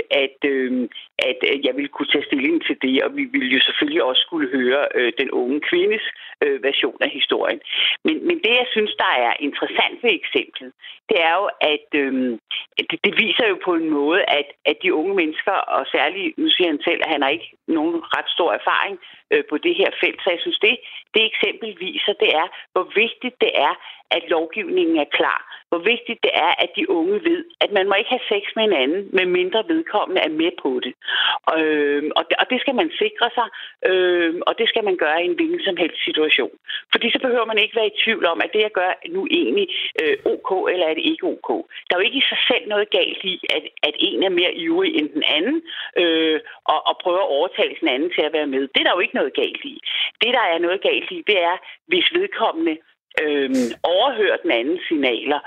at jeg ville kunne tage stilling til det, og vi ville jo selvfølgelig også skulle høre den unge kvindes version af historien. Men det, jeg synes, der er interessant ved eksemplet, det er jo, at det viser jo på en måde, at de unge mennesker, og særligt, nu siger han selv, at han har ikke nogen ret stor erfaring på det her felt, så jeg synes, det eksempel viser, det er, hvor vigtigt det er, at lovgivningen er klar. Hvor vigtigt det er, at de unge ved, at man må ikke have sex med en anden, med mindre vedkommende er med på det. Og det skal man sikre sig, og det skal man gøre i en hvilken som helst situation. Fordi så behøver man ikke være i tvivl om, at det, jeg gør nu egentlig ok, eller er det ikke ok. Der er jo ikke i sig selv noget galt i, at en er mere ivrig end den anden, og prøver at overtale den anden til at være med. Det er der jo ikke noget galt i. Det, der er noget galt i, det er, hvis vedkommende overhører den andens signaler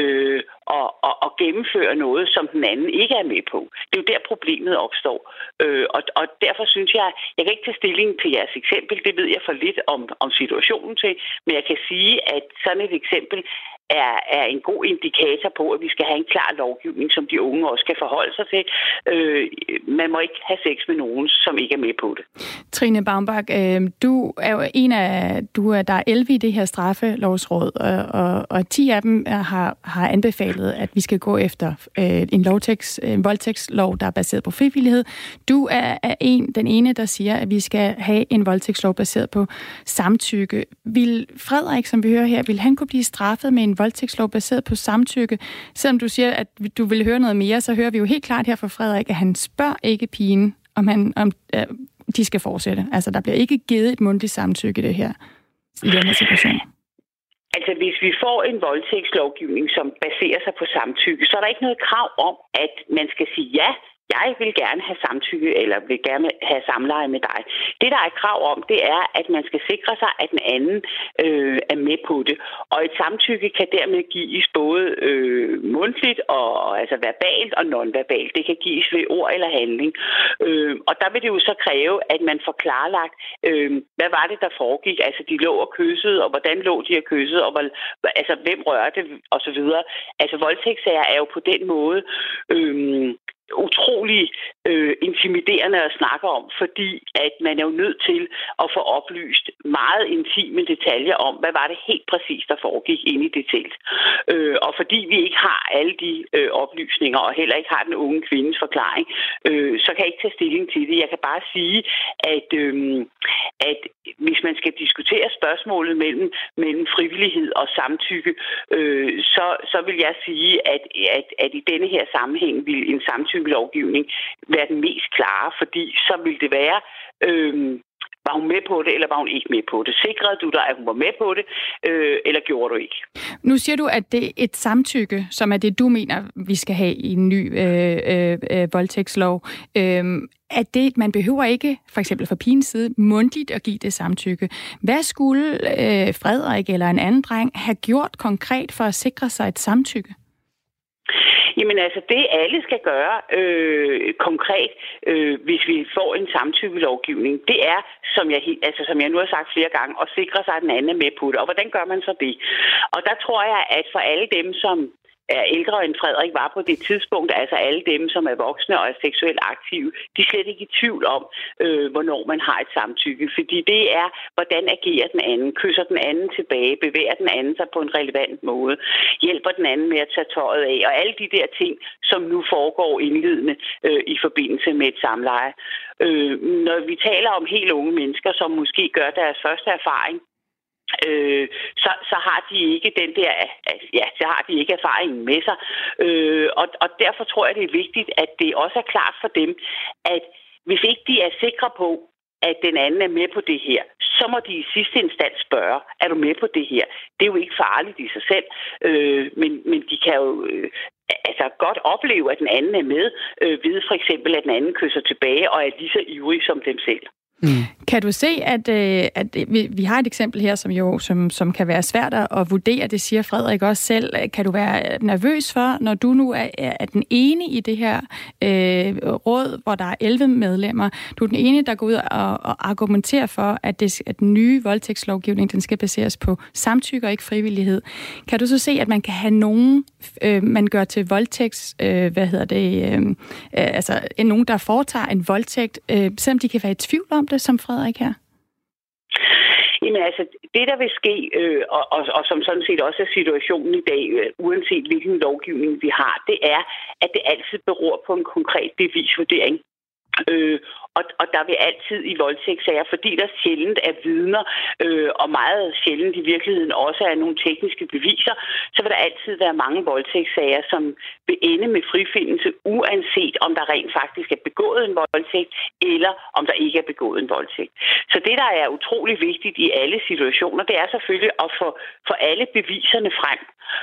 og gennemfører noget, som den anden ikke er med på. Det er jo der, problemet opstår. Og derfor synes jeg kan ikke tage stilling til jeres eksempel. Det ved jeg for lidt om situationen til, men jeg kan sige, at sådan et eksempel er en god indikator på, at vi skal have en klar lovgivning, som de unge også skal forholde sig til. Man må ikke have sex med nogen, som ikke er med på det.
Trine Baumbach, du er jo der er 11 i det her straffelovsråd, og 10 af dem har anbefalet, at vi skal gå efter en voldtægtslov, der er baseret på frivillighed. Du er den ene, der siger, at vi skal have en voldtægtslov baseret på samtykke. Vil Frederik, som vi hører her, vil han kunne blive straffet med en voldtægtslov baseret på samtykke? Selvom du siger, at du vil høre noget mere, så hører vi jo helt klart her fra Frederik, at han spørger ikke pigen, om de skal fortsætte. Altså, der bliver ikke givet et mundtligt samtykke i den her situation.
Altså, hvis vi får en voldtægtslovgivning, som baserer sig på samtykke, så er der ikke noget krav om, at man skal sige ja. Jeg vil gerne have samtykke, eller vil gerne have samleje med dig. Det, der er krav om, det er, at man skal sikre sig, at den anden er med på det. Og et samtykke kan dermed gives både mundtligt, og altså verbalt og nonverbalt. Det kan gives ved ord eller handling. Og der vil det jo så kræve, at man får klarlagt, hvad var det, der foregik? Altså, de lå og kyssede, og hvordan lå de og kyssede, og hvem rørte, og så videre. Altså, voldtægtssager er jo på den måde utrolig intimiderende at snakke om, fordi at man er jo nødt til at få oplyst meget intime detaljer om, hvad var det helt præcis, der foregik inde i det telt. Og fordi vi ikke har alle de oplysninger, og heller ikke har den unge kvindes forklaring, så kan jeg ikke tage stilling til det. Jeg kan bare sige, at hvis man skal diskutere spørgsmålet mellem frivillighed og samtykke, så vil jeg sige, at i denne her sammenhæng vil en samtykkelovgivning være den mest klare, fordi så vil det være, var hun med på det, eller var hun ikke med på det? Sikrede du dig, at hun var med på det, eller gjorde du ikke?
Nu siger du, at det er et samtykke, som er det, du mener, vi skal have i en ny voldtægtslov. At det, man behøver ikke, for eksempel fra pigens side, mundtligt at give det samtykke. Hvad skulle Frederik eller en anden dreng have gjort konkret for at sikre sig et samtykke?
Jamen altså, det alle skal gøre konkret, hvis vi får en samtykkelovgivning, det er, som jeg nu har sagt flere gange, at sikre sig, at den anden er med på det. Og hvordan gør man så det? Og der tror jeg, at for alle dem, som er ældre end Frederik var på det tidspunkt, altså alle dem, som er voksne og er seksuelt aktive, de er slet ikke i tvivl om, hvornår man har et samtykke. Fordi det er, hvordan agerer den anden, kysser den anden tilbage, bevæger den anden sig på en relevant måde, hjælper den anden med at tage tøjet af, og alle de der ting, som nu foregår indledende i forbindelse med et samleje. Når vi taler om helt unge mennesker, som måske gør deres første erfaring, så har de ikke den der, så har de ikke erfaringen med sig. Og derfor tror jeg, det er vigtigt, at det også er klart for dem, at hvis ikke de er sikre på, at den anden er med på det her, så må de i sidste instans spørge, er du med på det her? Det er jo ikke farligt i sig selv, men de kan jo godt opleve, at den anden er med, ved for eksempel, at den anden kysser tilbage og er lige så ivrig som dem selv.
Kan du se, at vi har et eksempel her, som kan være svært at vurdere, det siger Frederik også selv. Kan du være nervøs for, når du nu er den ene i det her råd, hvor der er 11 medlemmer, du er den ene, der går ud og argumenterer for, at den nye voldtægtslovgivning, den skal baseres på samtykke og ikke frivillighed. Kan du så se, at man kan have nogen, man gør til voldtægts, nogen, der foretager en voldtægt, selvom de kan være i tvivl om det, som Frederik her?
Jamen altså, det der vil ske, og som sådan set også er situationen i dag, uanset hvilken lovgivning vi har, det er, at det altid beror på en konkret bevisvurdering. Og der vil altid i voldtægtssager, fordi der sjældent er vidner, og meget sjældent i virkeligheden også er nogle tekniske beviser, så vil der altid være mange voldtægtssager, som vil ende med frifindelse, uanset om der rent faktisk er begået en voldtægt, eller om der ikke er begået en voldtægt. Så det, der er utrolig vigtigt i alle situationer, det er selvfølgelig at få alle beviserne frem,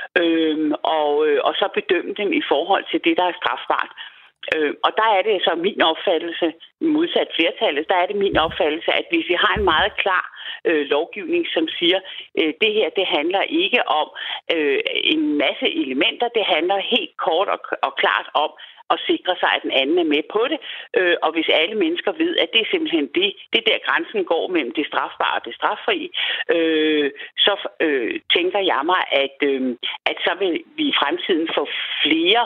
og så bedømme dem i forhold til det, der er strafbart. Og der er det så min opfattelse, modsat flertallet, der er det min opfattelse, at hvis vi har en meget klar lovgivning, som siger, det her, det handler ikke om en masse elementer, det handler helt kort og klart om at sikre sig, at den anden er med på det. Og hvis alle mennesker ved, at det er simpelthen det der grænsen går mellem det strafbare og det straffrie, så tænker jeg mig, at så vil vi i fremtiden få flere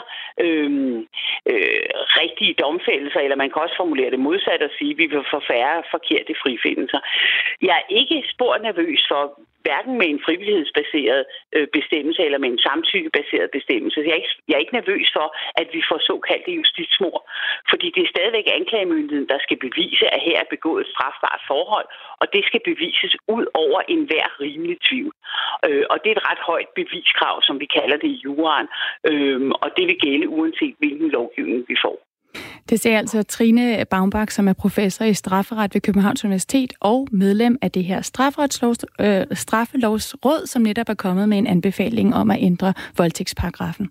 rigtige domfældelser, eller man kan også formulere det modsat og sige, at vi vil få færre forkerte frifindelser. Jeg er ikke spor nervøs for, hverken med en frivillighedsbaseret bestemmelse eller med en samtykkebaseret bestemmelse. Jeg er ikke nervøs for, at vi får såkaldte justitsmord, fordi det er stadigvæk anklagemyndigheden, der skal bevise, at her er begået et strafbart forhold, og det skal bevises ud over enhver rimelig tvivl. Og det er et ret højt beviskrav, som vi kalder det i juraen, og det vil gælde uanset hvilken lovgivning vi får.
Det siger altså Trine Baumbach, som er professor i strafferet ved Københavns Universitet og medlem af det her straffelovsråd, som netop er kommet med en anbefaling om at ændre voldtægtsparagrafen.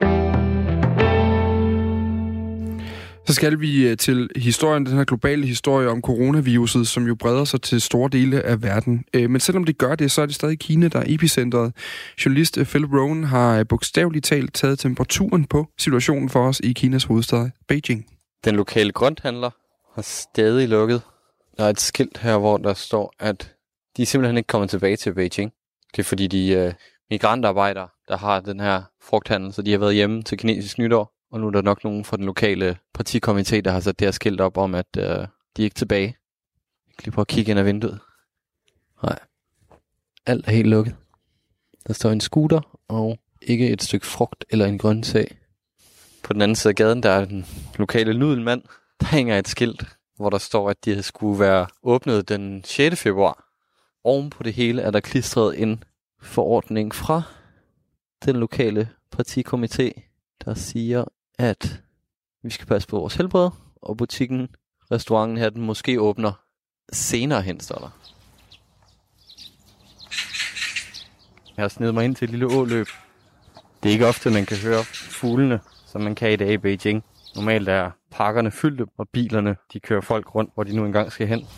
Så skal vi til historien, den her globale historie om coronaviruset, som jo breder sig til store dele af verden. Men selvom det gør det, så er det stadig Kina, der er epicentret. Journalist Philip Rowan har bogstaveligt talt taget temperaturen på situationen for os i Kinas hovedstad, Beijing.
Den lokale grønthandler har stadig lukket. Der er et skilt her, hvor der står, at de simpelthen ikke kommer tilbage til Beijing. Det er fordi de migrantarbejdere, der har den her frugthandel, så de har været hjemme til kinesisk nytår. Og nu er der nok nogen fra den lokale partikomité, der har sat det her skilt op om, at de er ikke tilbage. Jeg kan lige prøve at kigge ind ad vinduet. Nej. Alt er helt lukket. Der står en scooter og ikke et stykke frugt eller en grøntsag. På den anden side af gaden, der er den lokale nudelmand. Der hænger et skilt, hvor der står, at de skulle være åbnet den 6. februar. Oven på det hele er der klistret en forordning fra den lokale partikomité, der siger, at vi skal passe på vores helbred, og butikken, restauranten her, den måske åbner senere hen, står der. Jeg har snedet mig ind til et lille åløb. Det er ikke ofte, man kan høre fuglene, som man kan i dag i Beijing. Normalt er parkerne fyldte, og bilerne, de kører folk rundt, hvor de nu engang skal hen.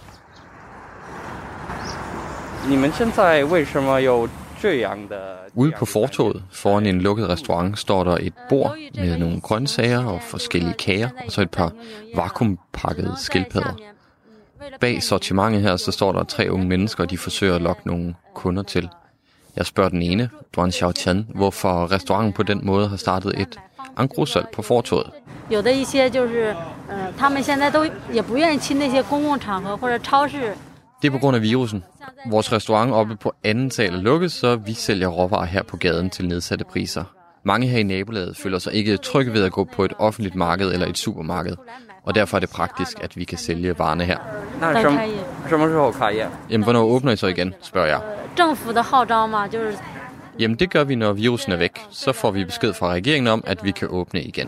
Ude på fortovet, foran en lukket restaurant, står der et bord med nogle grøntsager og forskellige kager, og så et par vakuumpakkede skildpadder. Bag sortimentet her, så står der 3 unge mennesker, og de forsøger at lokke nogle kunder til. Jeg spørger den ene, Duan Xiaotian, hvorfor restauranten på den måde har startet et engrossalg på fortovet. Det er på grund af virusen. Vores restaurant oppe på anden sal er lukket, så vi sælger råvarer her på gaden til nedsatte priser. Mange her i nabolaget føler sig ikke trygge ved at gå på et offentligt marked eller et supermarked. Og derfor er det praktisk, at vi kan sælge varerne her. Jamen, hvornår åbner I så igen, spørger jeg. Jamen, det gør vi, når virusen er væk. Så får vi besked fra regeringen om, at vi kan åbne igen.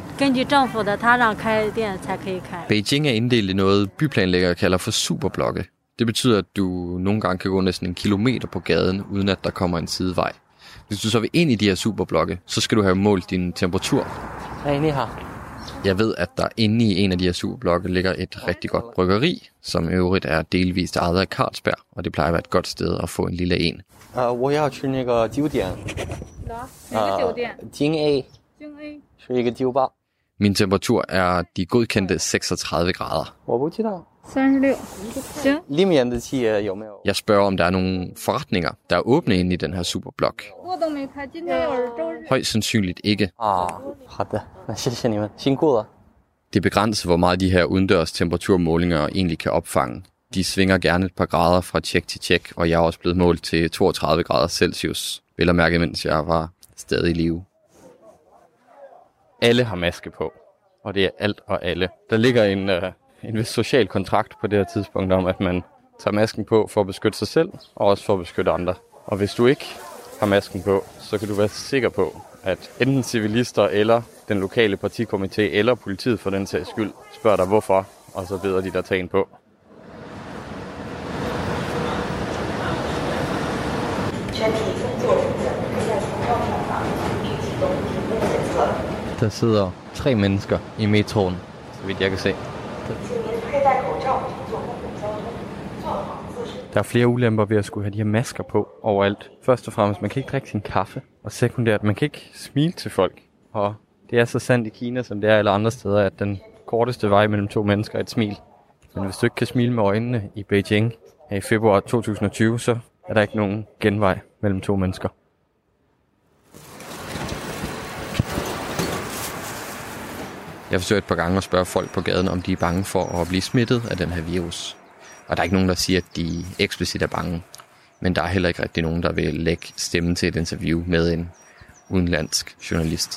Beijing er inddelt i noget, byplanlæggere kalder for superblokke. Det betyder, at du nogle gange kan gå næsten 1 kilometer på gaden, uden at der kommer en sidevej. Hvis du så vil ind i de her superblokke, så skal du have målt din temperatur. Jeg ved, at der inde i en af de her superblokke ligger et rigtig godt bryggeri, som i øvrigt er delvist ejet af Carlsberg, og det plejer at være et godt sted at få en lille en.
我要去那个酒店。哪个酒店？金 A。金 A。是一个酒吧。
Min temperatur er de godkendte 36 grader.
我不知道。
36. 行。
里面的企业有没有？
Jeg spørger, om der er nogle forretninger, der er åbne inde i den her superblok.
我都没开，今天又是周日。
Højst sandsynligt ikke.
好的，那谢谢你们，辛苦了。
Det er begrænset, hvor meget de her udendørs temperaturmålinger egentlig kan opfange. De svinger gerne et par grader fra tjek til tjek, og jeg er også blevet målt til 32 grader Celsius. Vel at mærke, mens jeg var stadig i live. Alle har maske på, og det er alt og alle. Der ligger en vis social kontrakt på det her tidspunkt om, at man tager masken på for at beskytte sig selv, og også for at beskytte andre. Og hvis du ikke har masken på, så kan du være sikker på, at enten civilister eller den lokale partikomité eller politiet for den sags skyld spørger dig hvorfor, og så beder de dig tage en på. Der sidder 3 mennesker i metroen, så vidt jeg kan se. Der er flere ulemper ved at skulle have de her masker på overalt. Først og fremmest, man kan ikke drikke sin kaffe. Og sekundært, man kan ikke smile til folk. Og det er så sandt i Kina, som det er alle andre steder, at den korteste vej mellem 2 mennesker er et smil. Men hvis du ikke kan smile med øjnene i Beijing i februar 2020, så er der ikke nogen genvej mellem 2 mennesker. Jeg forsøger et par gange at spørge folk på gaden, om de er bange for at blive smittet af den her virus. Og der er ikke nogen, der siger, at de eksplicit er bange. Men der er heller ikke rigtig nogen, der vil lægge stemmen til et interview med en udenlandsk journalist.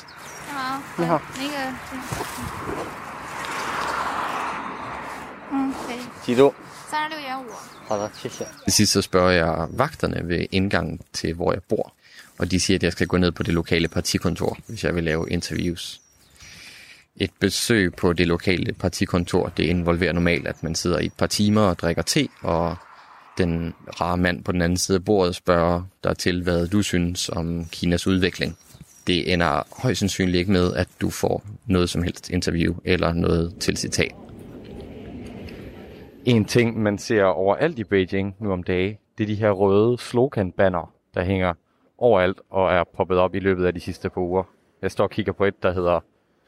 Til sidst så spørger jeg vagterne ved indgangen til, hvor jeg bor. Og de siger, at jeg skal gå ned på det lokale partikontor, hvis jeg vil lave interviews. Et besøg på det lokale partikontor, det involverer normalt, at man sidder i et par timer og drikker te, og den rare mand på den anden side af bordet spørger dig til, hvad du synes om Kinas udvikling. Det ender højst sandsynligt ikke med, at du får noget som helst interview eller noget til citat. En ting, man ser overalt i Beijing nu om dage, det er de her røde slogan-banner, der hænger overalt og er poppet op i løbet af de sidste par uger. Jeg står og kigger på et, der hedder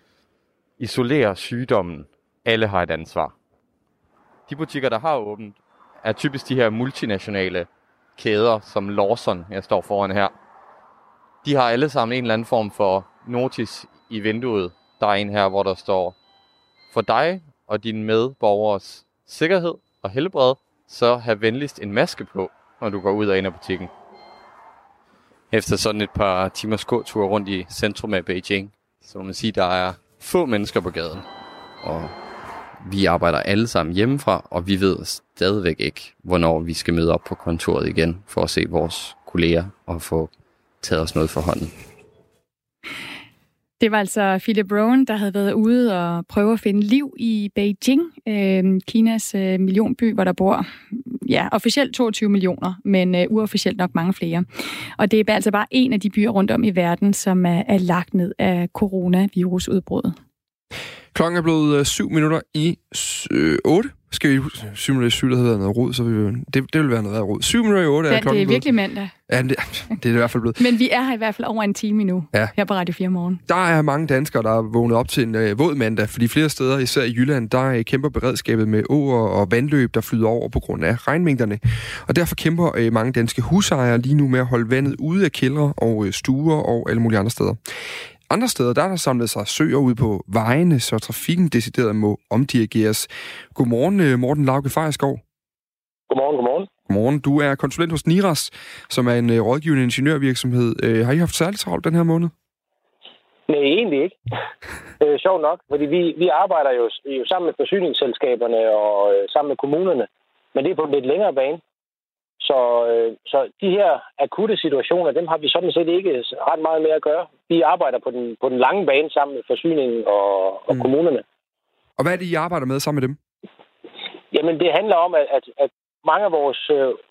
Isoler sygdommen. Alle har et ansvar. De butikker, der har åbent, er typisk de her multinationale kæder, som Lawson, jeg står foran her. De har alle sammen en eller anden form for notice i vinduet. Der er en her, hvor der står, for dig og dine medborgers sikkerhed og helbred, så have venligst en maske på, når du går ud og ind af butikken. Efter sådan et par timers gåtur rundt i centrum af Beijing, så må man sige, der er få mennesker på gaden. Og vi arbejder alle sammen hjemmefra, og vi ved stadigvæk ikke, hvornår vi skal møde op på kontoret igen, for at se vores kolleger og få taget os noget for hånden.
Det var altså Philip Rowan, der havde været ude og prøve at finde liv i Beijing, Kinas millionby, hvor der bor officielt 22 millioner, men uofficielt nok mange flere. Og det er altså bare en af de byer rundt om i verden, som er lagt ned af coronavirusudbruddet.
Klokken er blevet 7 minutter i 8. Skal vi 7 minutter i 7, der havde været noget rod, så det vil være noget rod. 7 minutter i 8 er klokken.
Det er virkelig mandag.
Ja, det er i hvert fald blevet.
Men vi er her i hvert fald over en time nu, her på Radio 4 Morgen.
Der er mange danskere, der er vågnet op til en våd mandag, fordi flere steder, især i Jylland, der kæmper beredskabet med åer og vandløb, der flyder over på grund af regnmængderne. Og derfor kæmper mange danske husejere lige nu med at holde vandet ude af kældre og stuer og alle mulige andre steder. Andre steder, der er der samlet sig søer ud på vejene, så trafikken decideret må omdirigeres. Godmorgen, Morten Lauke Fejerskov.
Godmorgen.
Godmorgen. Du er konsulent hos NIRAS, som er en rådgivende ingeniørvirksomhed. Har I haft særligt travlt den her måned?
Nej, egentlig ikke. Sjovt nok, fordi vi arbejder jo sammen med forsyningsselskaberne og sammen med kommunerne, men det er på en lidt længere bane. Så de her akutte situationer, dem har vi sådan set ikke ret meget med at gøre. Vi arbejder på den lange bane sammen med forsyningen og kommunerne.
Og hvad er det, I arbejder med sammen med dem?
Jamen, det handler om, at mange af vores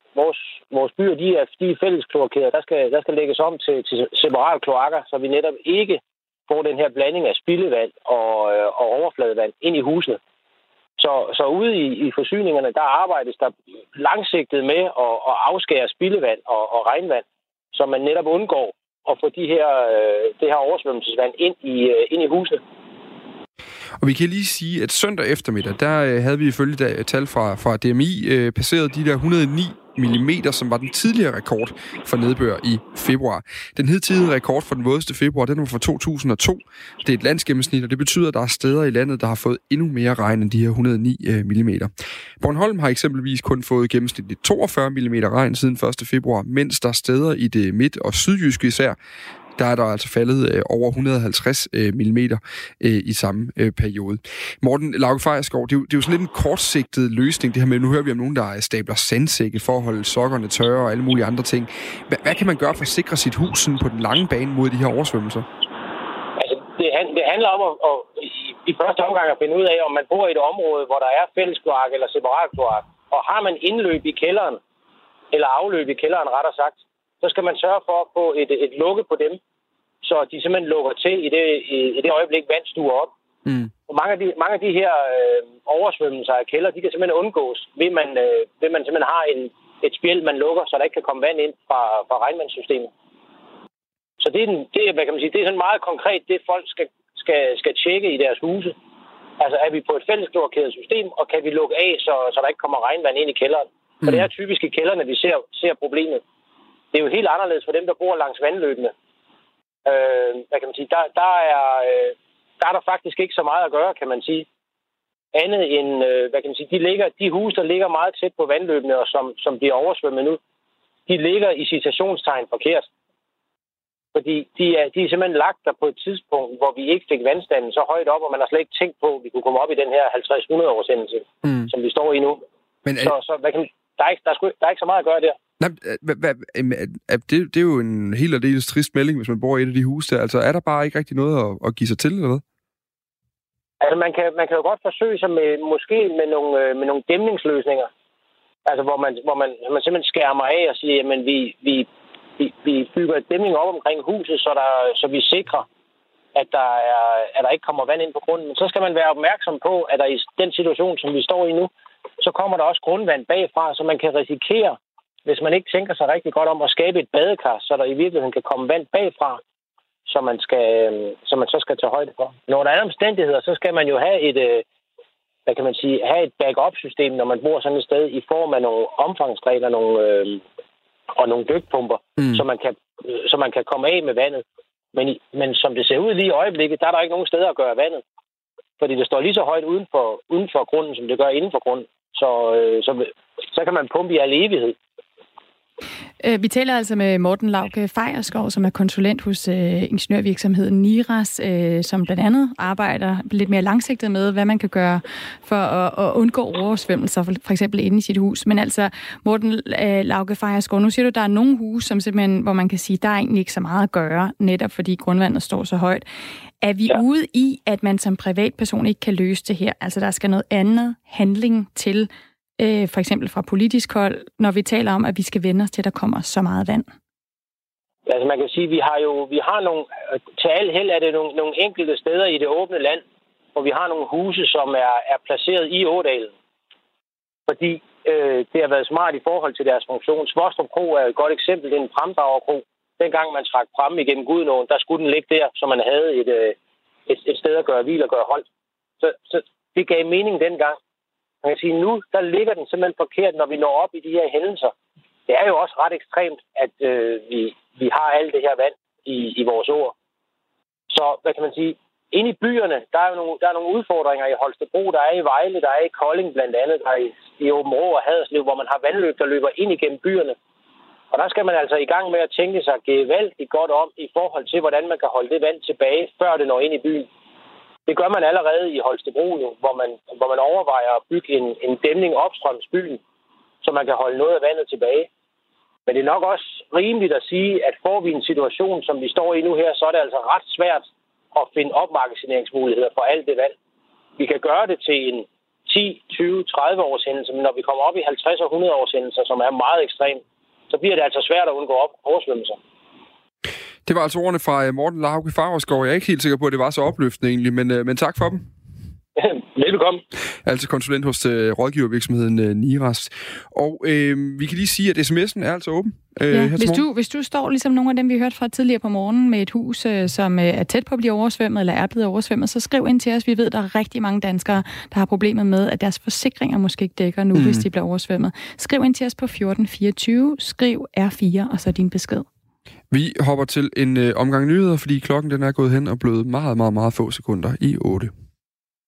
vores byer, de er fælles kloakerede. Der skal lægges om til separate kloakker, så vi netop ikke får den her blanding af spildevand og overfladevand ind i husene. Så ude i forsyningerne, der arbejdes der langsigtet med at afskære spildevand og regnvand, så man netop undgår at få det her oversvømmelsesvand ind i husene.
Og vi kan lige sige, at søndag eftermiddag, der havde vi ifølge tal fra DMI passeret de der 109 mm, som var den tidligere rekord for nedbør i februar. Den hidtidige rekord for den vådeste februar, den var fra 2002. Det er et landsgennemsnit, og det betyder, at der er steder i landet, der har fået endnu mere regn end de her 109 mm. Bornholm har eksempelvis kun fået gennemsnitligt 42 mm regn siden 1. februar, mens der er steder i det midt- og sydjyske især, der er der altså faldet over 150 mm i samme periode. Morten Lauke Feierskov, det er jo sådan lidt en kortsigtet løsning, det her med, nu hører vi om nogen, der stabler sandsække for at holde sokkerne tørre og alle mulige andre ting. Hvad kan man gøre for at sikre sit hus sådan på den lange bane mod de her oversvømmelser?
Altså, det handler om at i første omgang at finde ud af, om man bor i et område, hvor der er fælles kloak eller separat kloak, og har man indløb i kælderen, eller afløb i kælderen rettere sagt, så skal man sørge for at få et lukke på dem, så de simpelthen lukker til i det øjeblik, vand stuer op. Mm. Og mange af de her oversvømmelser af kælder, de kan simpelthen undgås, ved man simpelthen har et spjæld, man lukker, så der ikke kan komme vand ind fra regnvandssystemet. Så det er, hvad kan man sige, det er sådan meget konkret, det folk skal tjekke i deres huse. Altså, er vi på et fælles kloakeret system, og kan vi lukke af, så der ikke kommer regnvand ind i kælderen? For det er typisk i kælderne, vi ser problemet. Det er jo helt anderledes for dem, der bor langs vandløbene. Hvad kan man sige? Der er der faktisk ikke så meget at gøre, kan man sige. Andet end, hvad kan man sige, de huse, der ligger meget tæt på vandløbene, og som bliver oversvømmet nu, de ligger i citationstegn forkert. Fordi de er simpelthen lagt der på et tidspunkt, hvor vi ikke fik vandstanden så højt op, og man har slet ikke tænkt på, at vi kunne komme op i den her 50-100 årsendelse, som vi står i nu. Men så hvad kan man, der er ikke så meget at gøre der.
Nej, det er jo en helt aldeles trist melding, hvis man bor i et af de huse der. Altså, er der bare ikke rigtig noget at give sig til, eller hvad?
Altså, man kan jo godt forsøge sig med nogle dæmningsløsninger. Altså, hvor man simpelthen skærmer af og siger, jamen, vi bygger et dæmning op omkring huset, så vi sikrer, at der ikke kommer vand ind på grunden. Men så skal man være opmærksom på, at der i den situation, som vi står i nu, så kommer der også grundvand bagfra, så man kan risikere, hvis man ikke tænker sig rigtig godt om at skabe et badekar, så der i virkeligheden kan komme vand bagfra, som man så skal tage højde for. Når der er omstændigheder, så skal man jo have et backup-system, når man bor sådan et sted, i form af nogle omfangsregler og nogle dykpumper, så man kan komme af med vandet. Men som det ser ud lige i øjeblikket, der er der ikke nogen steder at gøre vandet. Fordi det står lige så højt uden for grunden, som det gør inden for grunden. Så kan man pumpe i al evighed.
Vi taler altså med Morten Lauke Feierskov, som er konsulent hos ingeniørvirksomheden Niras, som blandt andet arbejder lidt mere langsigtet med, hvad man kan gøre for at undgå oversvømmelser, for eksempel inde i sit hus. Men altså, Morten Lauke Feierskov, nu siger du, at der er nogle huse, som simpelthen, hvor man kan sige, at der er egentlig ikke så meget at gøre, netop fordi grundvandet står så højt. Er vi ude i, at man som privatperson ikke kan løse det her? Altså, der skal noget andet handling til, for eksempel fra politisk hold, når vi taler om, at vi skal vende os til, at der kommer så meget vand?
Altså man kan sige, vi har nogle, til alle held er det nogle enkelte steder i det åbne land, hvor vi har nogle huse, som er placeret i Ådalen. Fordi det har været smart i forhold til deres funktion. Svostrup Kro er et godt eksempel, det er en pramdragerkro. Dengang man trak pram igennem Gudenåen, der skulle den ligge der, så man havde et sted at gøre hvil og gøre hold. Så det gav mening dengang. Man kan sige, nu der ligger den simpelthen forkert, når vi når op i de her hændelser. Det er jo også ret ekstremt, at vi har alt det her vand i vores åer. Så hvad kan man sige? Inde i byerne, der er nogle udfordringer i Holstebro, der er i Vejle, der er i Kolding blandt andet, der er i Aabenraa og Haderslev, hvor man har vandløb, der løber ind igennem byerne. Og der skal man altså i gang med at tænke sig gevaldigt godt om i forhold til, hvordan man kan holde det vand tilbage, før det når ind i byen. Det gør man allerede i Holstebro, hvor man overvejer at bygge en dæmning opstrøms byen, så man kan holde noget af vandet tilbage. Men det er nok også rimeligt at sige, at får vi en situation, som vi står i nu her, så er det altså ret svært at finde opmagasineringsmuligheder for alt det vand. Vi kan gøre det 10, 20, 30 års hændelser, men når vi kommer op i 50 og 100 års hændelser, som er meget ekstremt, så bliver det altså svært at undgå oversvømmelser.
Det var altså ordene fra Morten Lauke Favreskov. Jeg er ikke helt sikker på, at det var så opløftende egentlig, men tak for dem.
Velbekomme.
Altså konsulent hos rådgivervirksomheden Niras. Og vi kan lige sige, at sms'en er altså åben.
Hvis du står ligesom nogle af dem, vi hørte fra tidligere på morgenen, med et hus, som er tæt på at blive oversvømmet, eller er blevet oversvømmet, så skriv ind til os. Vi ved, at der er rigtig mange danskere, der har problemer med, at deres forsikringer måske ikke dækker nu, hvis de bliver oversvømmet. Skriv ind til os på 1424, skriv R4, og så din besked.
Vi hopper til en omgang nyheder, fordi klokken den er gået hen og blevet meget, meget, meget få sekunder i 8.